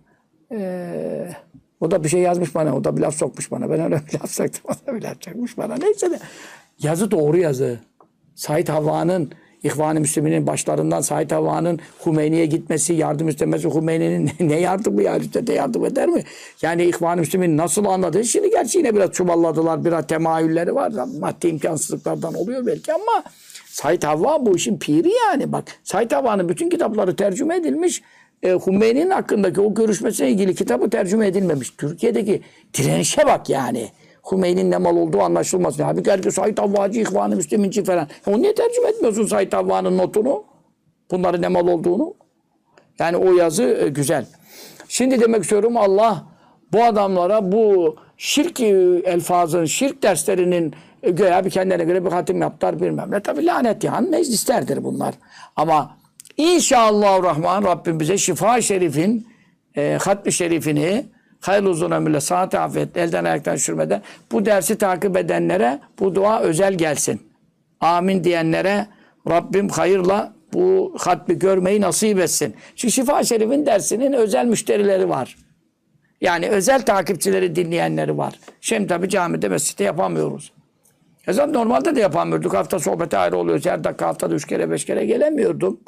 e, o da bir şey yazmış bana o da bir laf sokmuş bana ben öyle bir laf soktum o da bir laf çakmış bana neyse de yazı doğru yazı. Said Havva'nın İhvan-ı Müslümin'in başlarından Said Havva'nın Hümeyni'ye gitmesi, yardım istemesi, Hümeyni'nin ne yardımı ya? Üstete yardım eder mi? Yani İhvan-ı Müslümin nasıl anladı? Şimdi gerçi yine biraz çuvalladılar, biraz temayülleri var. Maddi imkansızlıklardan oluyor belki ama Said Havva bu işin piri yani. Bak Said Havva'nın bütün kitapları tercüme edilmiş. E, Hümeyni'nin hakkındaki o görüşmesine ilgili kitabı tercüme edilmemiş. Türkiye'deki direnişe bak yani. Hümeyni'nin ne mal olduğu anlaşılmasın. Halbuki herkes Said Havvacı, İhvan-ı Müslüminci falan. O niye tercüme etmiyorsun Said Havva'nın notunu? Bunların ne mal olduğunu? Yani o yazı e, güzel. Şimdi demek istiyorum Allah bu adamlara bu şirk elfazın, şirk derslerinin e, göğe bir kendilerine göre bir hatim yaptılar bilmem ne. Tabi lanet yani meclislerdir bunlar. Ama inşallahurrahman Rabbim bize Şifa Şerif'in e, hatmi şerifini hayırlı uzun ömürle, saat afiyet, elden ayaktan düşürmeden bu dersi takip edenlere bu dua özel gelsin. Amin diyenlere Rabbim hayırla bu hatmi görmeyi nasip etsin. Çünkü Şifa Şerif'in dersinin özel müşterileri var. Yani özel takipçileri, dinleyenleri var. Şimdi tabii camide, mescitte yapamıyoruz. E zaten normalde de yapamıyorduk. Hafta sohbeti ayrı oluyoruz. Her dakika haftada üç kere, beş kere gelemiyordum.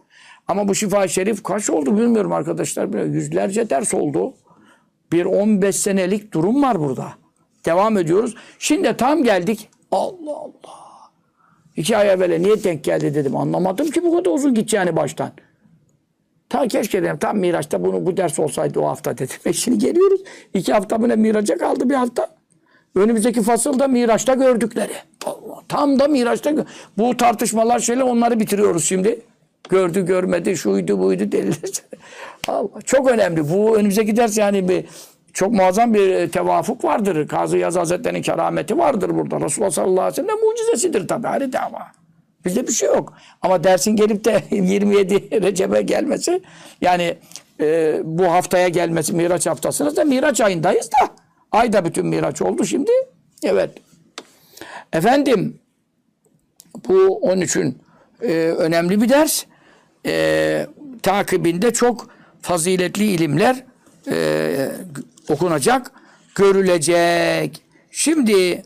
Ama bu Şifa-i Şerif kaç oldu bilmiyorum arkadaşlar. Yüzlerce ders oldu. Bir on beş senelik durum var burada. Devam ediyoruz. Şimdi tam geldik. Allah Allah. İki ay evvel niye denk geldi dedim. Anlamadım ki bu kadar uzun gideceğini baştan. Ta keşke dedim tam Miraç'ta bunu bu ders olsaydı o hafta dedim. E şimdi geliyoruz. İki hafta mı ne Miraç'a kaldı bir hafta. Önümüzdeki fasılda Miraç'ta gördükleri. Allah, tam da Miraç'ta gö- bu tartışmalar şöyle onları bitiriyoruz şimdi. Gördü görmedi şuydu buydu deliler. Allah çok önemli. Bu önümüzdeki ders yani bir çok muazzam bir tevafuk vardır. Kazı Yaz Hazretleri'nin kerameti vardır burada. Resulullah sallallahu aleyhi ve sellem mucizesidir tabii. Hadi dava. Bizde bir şey yok. Ama dersin gelip de yirmi yedi Recep'e gelmesi yani e, bu haftaya gelmesi Miraç haftasınız da Miraç ayındayız da ayda bütün Miraç oldu şimdi. Evet. Efendim bu onun için e, önemli bir ders. E, takibinde çok faziletli ilimler e, okunacak, görülecek. Şimdi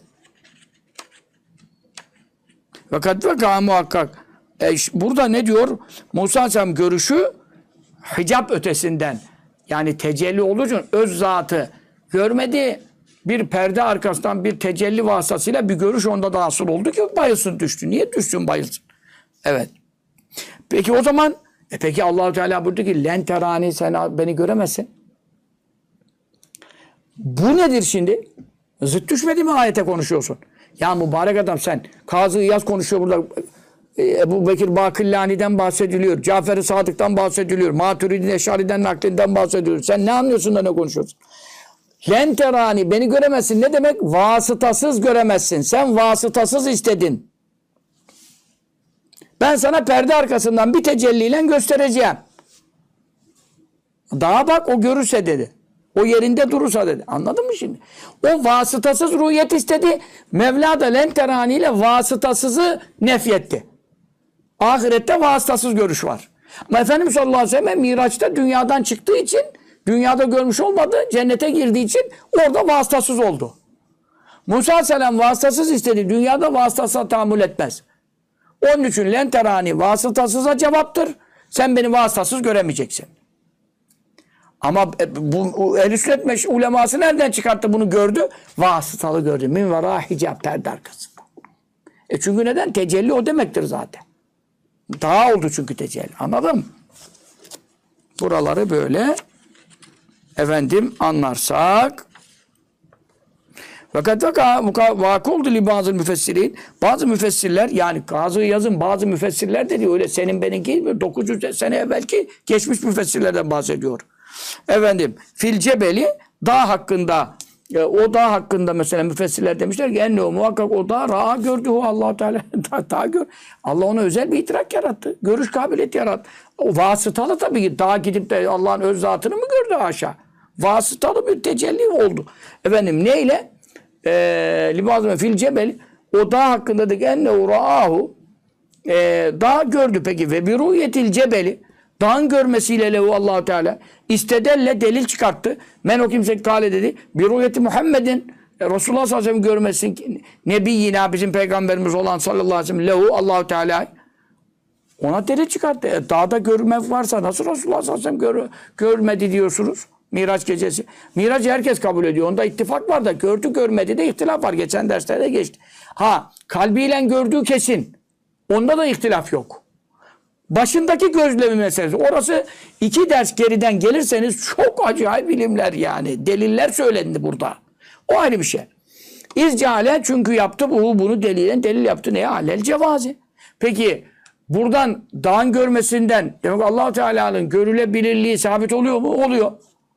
fakat vaka muhakkak e, burada ne diyor? Musa Aleyhisselam görüşü hicap ötesinden yani tecelli olunca öz zatı görmedi. Bir perde arkasından bir tecelli vasıtasıyla bir görüş onda da hasıl oldu ki bayılsın düştü. Niye düşsün bayılsın? Evet. Peki o zaman e peki Allah-u Teala buyurdu ki len terani sen beni göremezsin. Bu nedir şimdi? Zıt düşmedi mi ayete konuşuyorsun? Ya mübarek adam sen. Kazı İyaz konuşuyor burada. Ebu Bekir Bakillani'den bahsediliyor. Cafer-i Sadık'tan bahsediliyor. Maturidi Eşari'den naklinden bahsediliyor. Sen ne anlıyorsun da ne konuşuyorsun? Len terani beni göremezsin. Ne demek? Vasıtasız göremezsin. Sen vasıtasız istedin. Ben sana perde arkasından bir tecelliyle göstereceğim. Daha bak o görürse dedi. O yerinde durursa dedi. Anladın mı şimdi? O vasıtasız ruhiyet istedi. Mevla da len terani ile vasıtasızı nefyetti. Ahirette vasıtasız görüş var. Ama Efendimiz sallallahu aleyhi ve sellem Miraç'ta dünyadan çıktığı için, dünyada görmüş olmadı, cennete girdiği için orada vasıtasız oldu. Musa aleyhisselam vasıtasız istedi. Dünyada vasıtasına tahammül etmez. Onun için len terani vasıtasıza cevaptır. Sen beni vasıtasız göremeyeceksin. Ama bu ehl-i sünnet uleması nereden çıkarttı bunu gördü? Vasıtalı gördü. Min vera hicab perde arkasında. E çünkü neden? Tecelli o demektir zaten. Daha oldu çünkü tecelli. Anladın mı? Buraları böyle efendim anlarsak fakat vakı oldu li bazı müfessirin. Bazı müfessirler yani Kazı Yaz'ın bazı müfessirler dedi öyle senin benimki dokuz yüz sene evvelki geçmiş müfessirlerden bahsediyor. Efendim fil cebeli dağ hakkında e, o dağ hakkında mesela müfessirler demişler ki enne o muhakkak o dağ rağa gördü o Allah Teala dağ, dağ gör. Allah ona özel bir idrak yarattı. Görüş kabiliyeti yarattı. O vasıtalı tabii ki dağa gidip de Allah'ın öz zatını mı gördü aşağı? Vasıtalı bir tecelli oldu. Efendim neyle? Eee libazme fil cebel o dağ hakkında da enne o raahu e, dağ gördü peki ve bir ruhiyetil cebeli dağın görmesiyle lehu Allah Teala istedelle delil çıkarttı. Men o kimse kâle dedi. Bir ruhiyeti Muhammed'in e, Resulullah sallallahu aleyhi ve sellem görmesin. Nebiyyina bizim peygamberimiz olan sallallahu aleyhi ve sellem lehu Allah Teala ona delil çıkarttı. E, dağda görmek varsa nasıl Resulullah sallallahu aleyhi ve sellem gör, görmedi diyorsunuz? Miraç gecesi. Miracı herkes kabul ediyor. Onda ittifak var da gördü görmedi de ihtilaf var. Geçen derslerde geçti. Ha kalbiyle gördüğü kesin. Onda da ihtilaf yok. Başındaki gözlemi meselesi. Orası iki ders geriden gelirseniz çok acayip bilimler yani. Deliller söylendi burada. O ayrı bir şey. İzcale çünkü yaptı bu bunu delilen delil yaptı. Neye? Alel cevazi. Peki buradan dağın görmesinden demek Allah Teala'nın görülebilirliği sabit oluyor mu? Oluyor.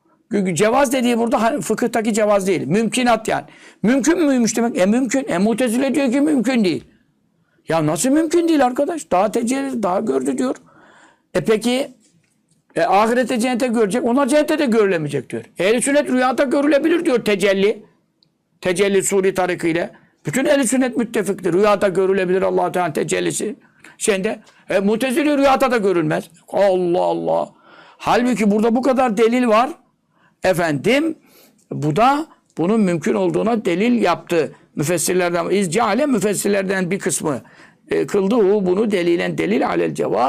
Cevaz dediği burada hani fıkıhtaki cevaz değil. Mümkünat yani. Mümkün müymüş demek? E mümkün. E Mutezile diyor ki mümkün değil. Ya nasıl mümkün değil arkadaş? Daha tecelli, daha gördü diyor. E peki e, ahirete cennete görecek. Onlar cennete de görülemeyecek diyor. Ehl-i sünnet rüyada görülebilir diyor tecelli. Tecelli suri tarikıyla. Bütün ehl-i sünnet müttefiktir. Rüyada görülebilir Allah-u Teala tecellisi. Şimdi e, Mutezile rüyada da görülmez. Allah Allah. Halbuki burada bu kadar delil var. Efendim bu da bunun mümkün olduğuna delil yaptı. Müfessirlerden, izcale müfessirlerden bir kısmı e, kıldı. Bunu delilen delil alel cevaz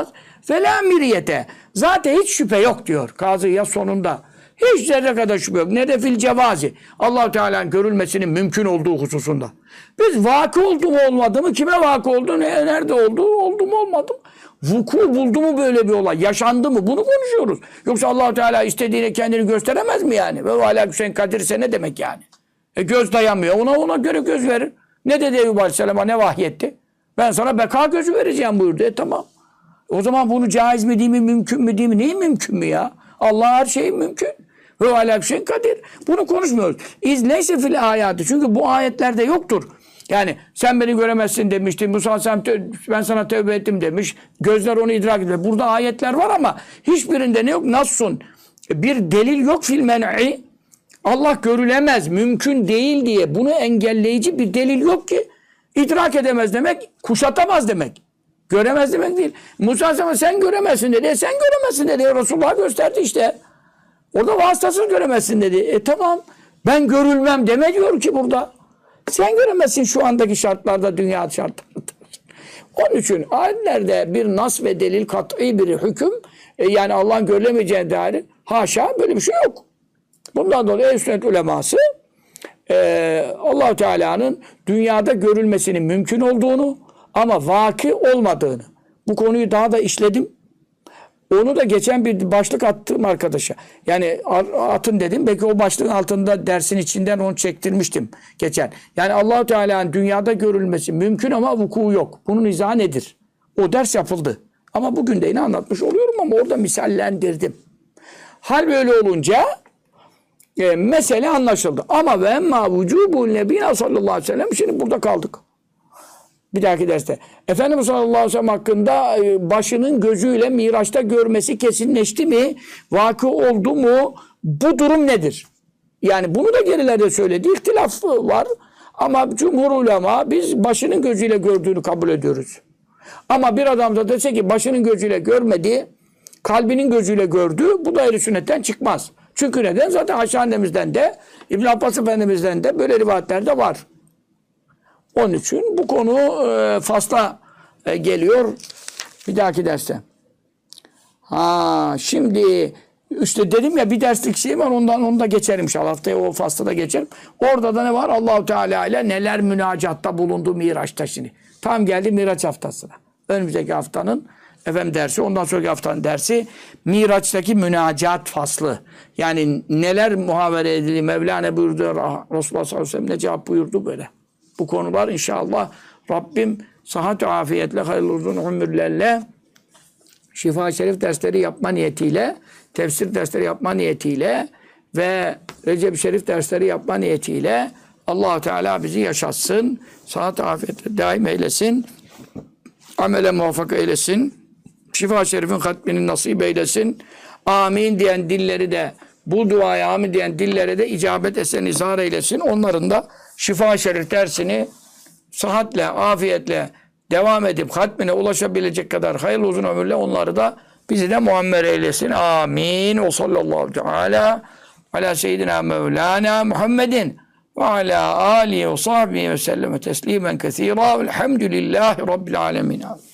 Ve la miriyete. Zaten hiç şüphe yok diyor Kazı İyaz sonunda. Hiç zerre kadar şüphe yok. Ne de fil cevazi. Allah-u Teala'nın görülmesinin mümkün olduğu hususunda. Biz vakı oldu mu olmadı mı? Kime vakı oldu? Ne, nerede oldu? Oldu mu olmadı mı? Vuku buldu mu böyle bir olay? Yaşandı mı? Bunu konuşuyoruz. Yoksa Allah-u Teala istediğine kendini gösteremez mi yani? Ve âlâ Hüseyin Kadir'se ne demek yani? E göz dayanmıyor. Ona ona göre göz verir. Ne dedi Eyüp Aleyhisselam'a, ne vahyetti? Ben sana beka gözü vereceğim buyurdu. E tamam. O zaman bunu caiz mi değil mi, mümkün mü değil mi? Neyi mümkün mü ya? Allah her şey mümkün. Ve âlâ Hüseyin Kadir. Bunu konuşmuyoruz. İz neyse fil hayatı. Çünkü bu ayetlerde yoktur. Yani sen beni göremezsin demişti. Musa sen ben sana tövbe ettim demiş. Gözler onu idrak ediyor. Burada ayetler var ama hiçbirinde ne yok? Nassun? Bir delil yok fil men'i. Allah görülemez, mümkün değil diye bunu engelleyici bir delil yok ki. İdrak edemez demek, kuşatamaz demek. Göremez demek değil. Musa sana sen göremezsin dedi. E sen göremezsin dedi. Resulullah gösterdi işte. Orada vasıtasız göremezsin dedi. E tamam. Ben görülmem deme diyor ki burada. Sen göremezsin şu andaki şartlarda, dünya şartlarında. Onun için ayetlerde bir nas ve delil, kat'i bir hüküm, e yani Allah'ın görülemeyeceğine dair haşa böyle bir şey yok. Bundan dolayı ehl-i sünnet uleması e, Allah-u Teala'nın dünyada görülmesinin mümkün olduğunu ama vaki olmadığını, bu konuyu daha da işledim. Onu da geçen bir başlık attım arkadaşa. Yani atın dedim. Belki o başlığın altında dersin içinden onu çektirmiştim geçen. Yani Allah-u Teala'nın dünyada görülmesi mümkün ama vuku yok. Bunun izahı nedir? O ders yapıldı. Ama bugün de yine anlatmış oluyorum ama orada misallendirdim. Hal böyle olunca e, mesele anlaşıldı. Ama ve emma vücubul nebiyina sallallahu aleyhi ve sellem, şimdi burada kaldık. Bir dahaki derste. Efendimiz sallallahu aleyhi ve sellem hakkında başının gözüyle Miraç'ta görmesi kesinleşti mi? Vakı oldu mu? Bu durum nedir? Yani bunu da gerilerde söyledi. İhtilaf var. Ama cumhur ulema biz başının gözüyle gördüğünü kabul ediyoruz. Ama bir adam da dese ki başının gözüyle görmedi, kalbinin gözüyle gördü, bu da ehl-i sünnetten çıkmaz. Çünkü neden? Zaten Ayşe annemizden de, İbn Abbas Efendimiz'den de böyle rivayetler de var. Onun için bu konu e, fasla e, geliyor bir dahaki derste. Ha şimdi işte dedim ya bir derslik şey var, ondan onu da geçerim inşallah. Haftaya o fasla da geçerim. Orada da ne var? Allah-u Teala ile neler münacatta bulundu Miraç'ta şimdi. Tam geldi Miraç haftasına. Önümüzdeki haftanın efendim dersi, ondan sonraki haftanın dersi Miraç'taki münacat faslı. Yani neler muhavere edildi, Mevlana buyurdu, Resulullah sallallahu aleyhi ve sellem ne cevap buyurdu böyle. Bu konular inşallah Rabbim sıhhat ve afiyetle, hayırlı uzun ömürlerle, şifa şerif dersleri yapma niyetiyle, tefsir dersleri yapma niyetiyle ve Recep şerif dersleri yapma niyetiyle Allah-u Teala bizi yaşatsın, sıhhat ve afiyetle daim eylesin, amele muvaffak eylesin, şifa şerifin hatmini nasip eylesin, amin diyen dilleri de, bu duaya amin diyen dillere de icabet esen izhar eylesin. Onların da şifa şerif dersini sıhhatle, afiyetle devam edip hatmine ulaşabilecek kadar hayırlı uzun ömürle onları da bizi de muammer eylesin. Amin. O sallallahu teala ala seyyidina Mevlana Muhammedin ve ala alihi ve sahbihi ve selleme teslimen kethira velhamdülillahi rabbil alemin.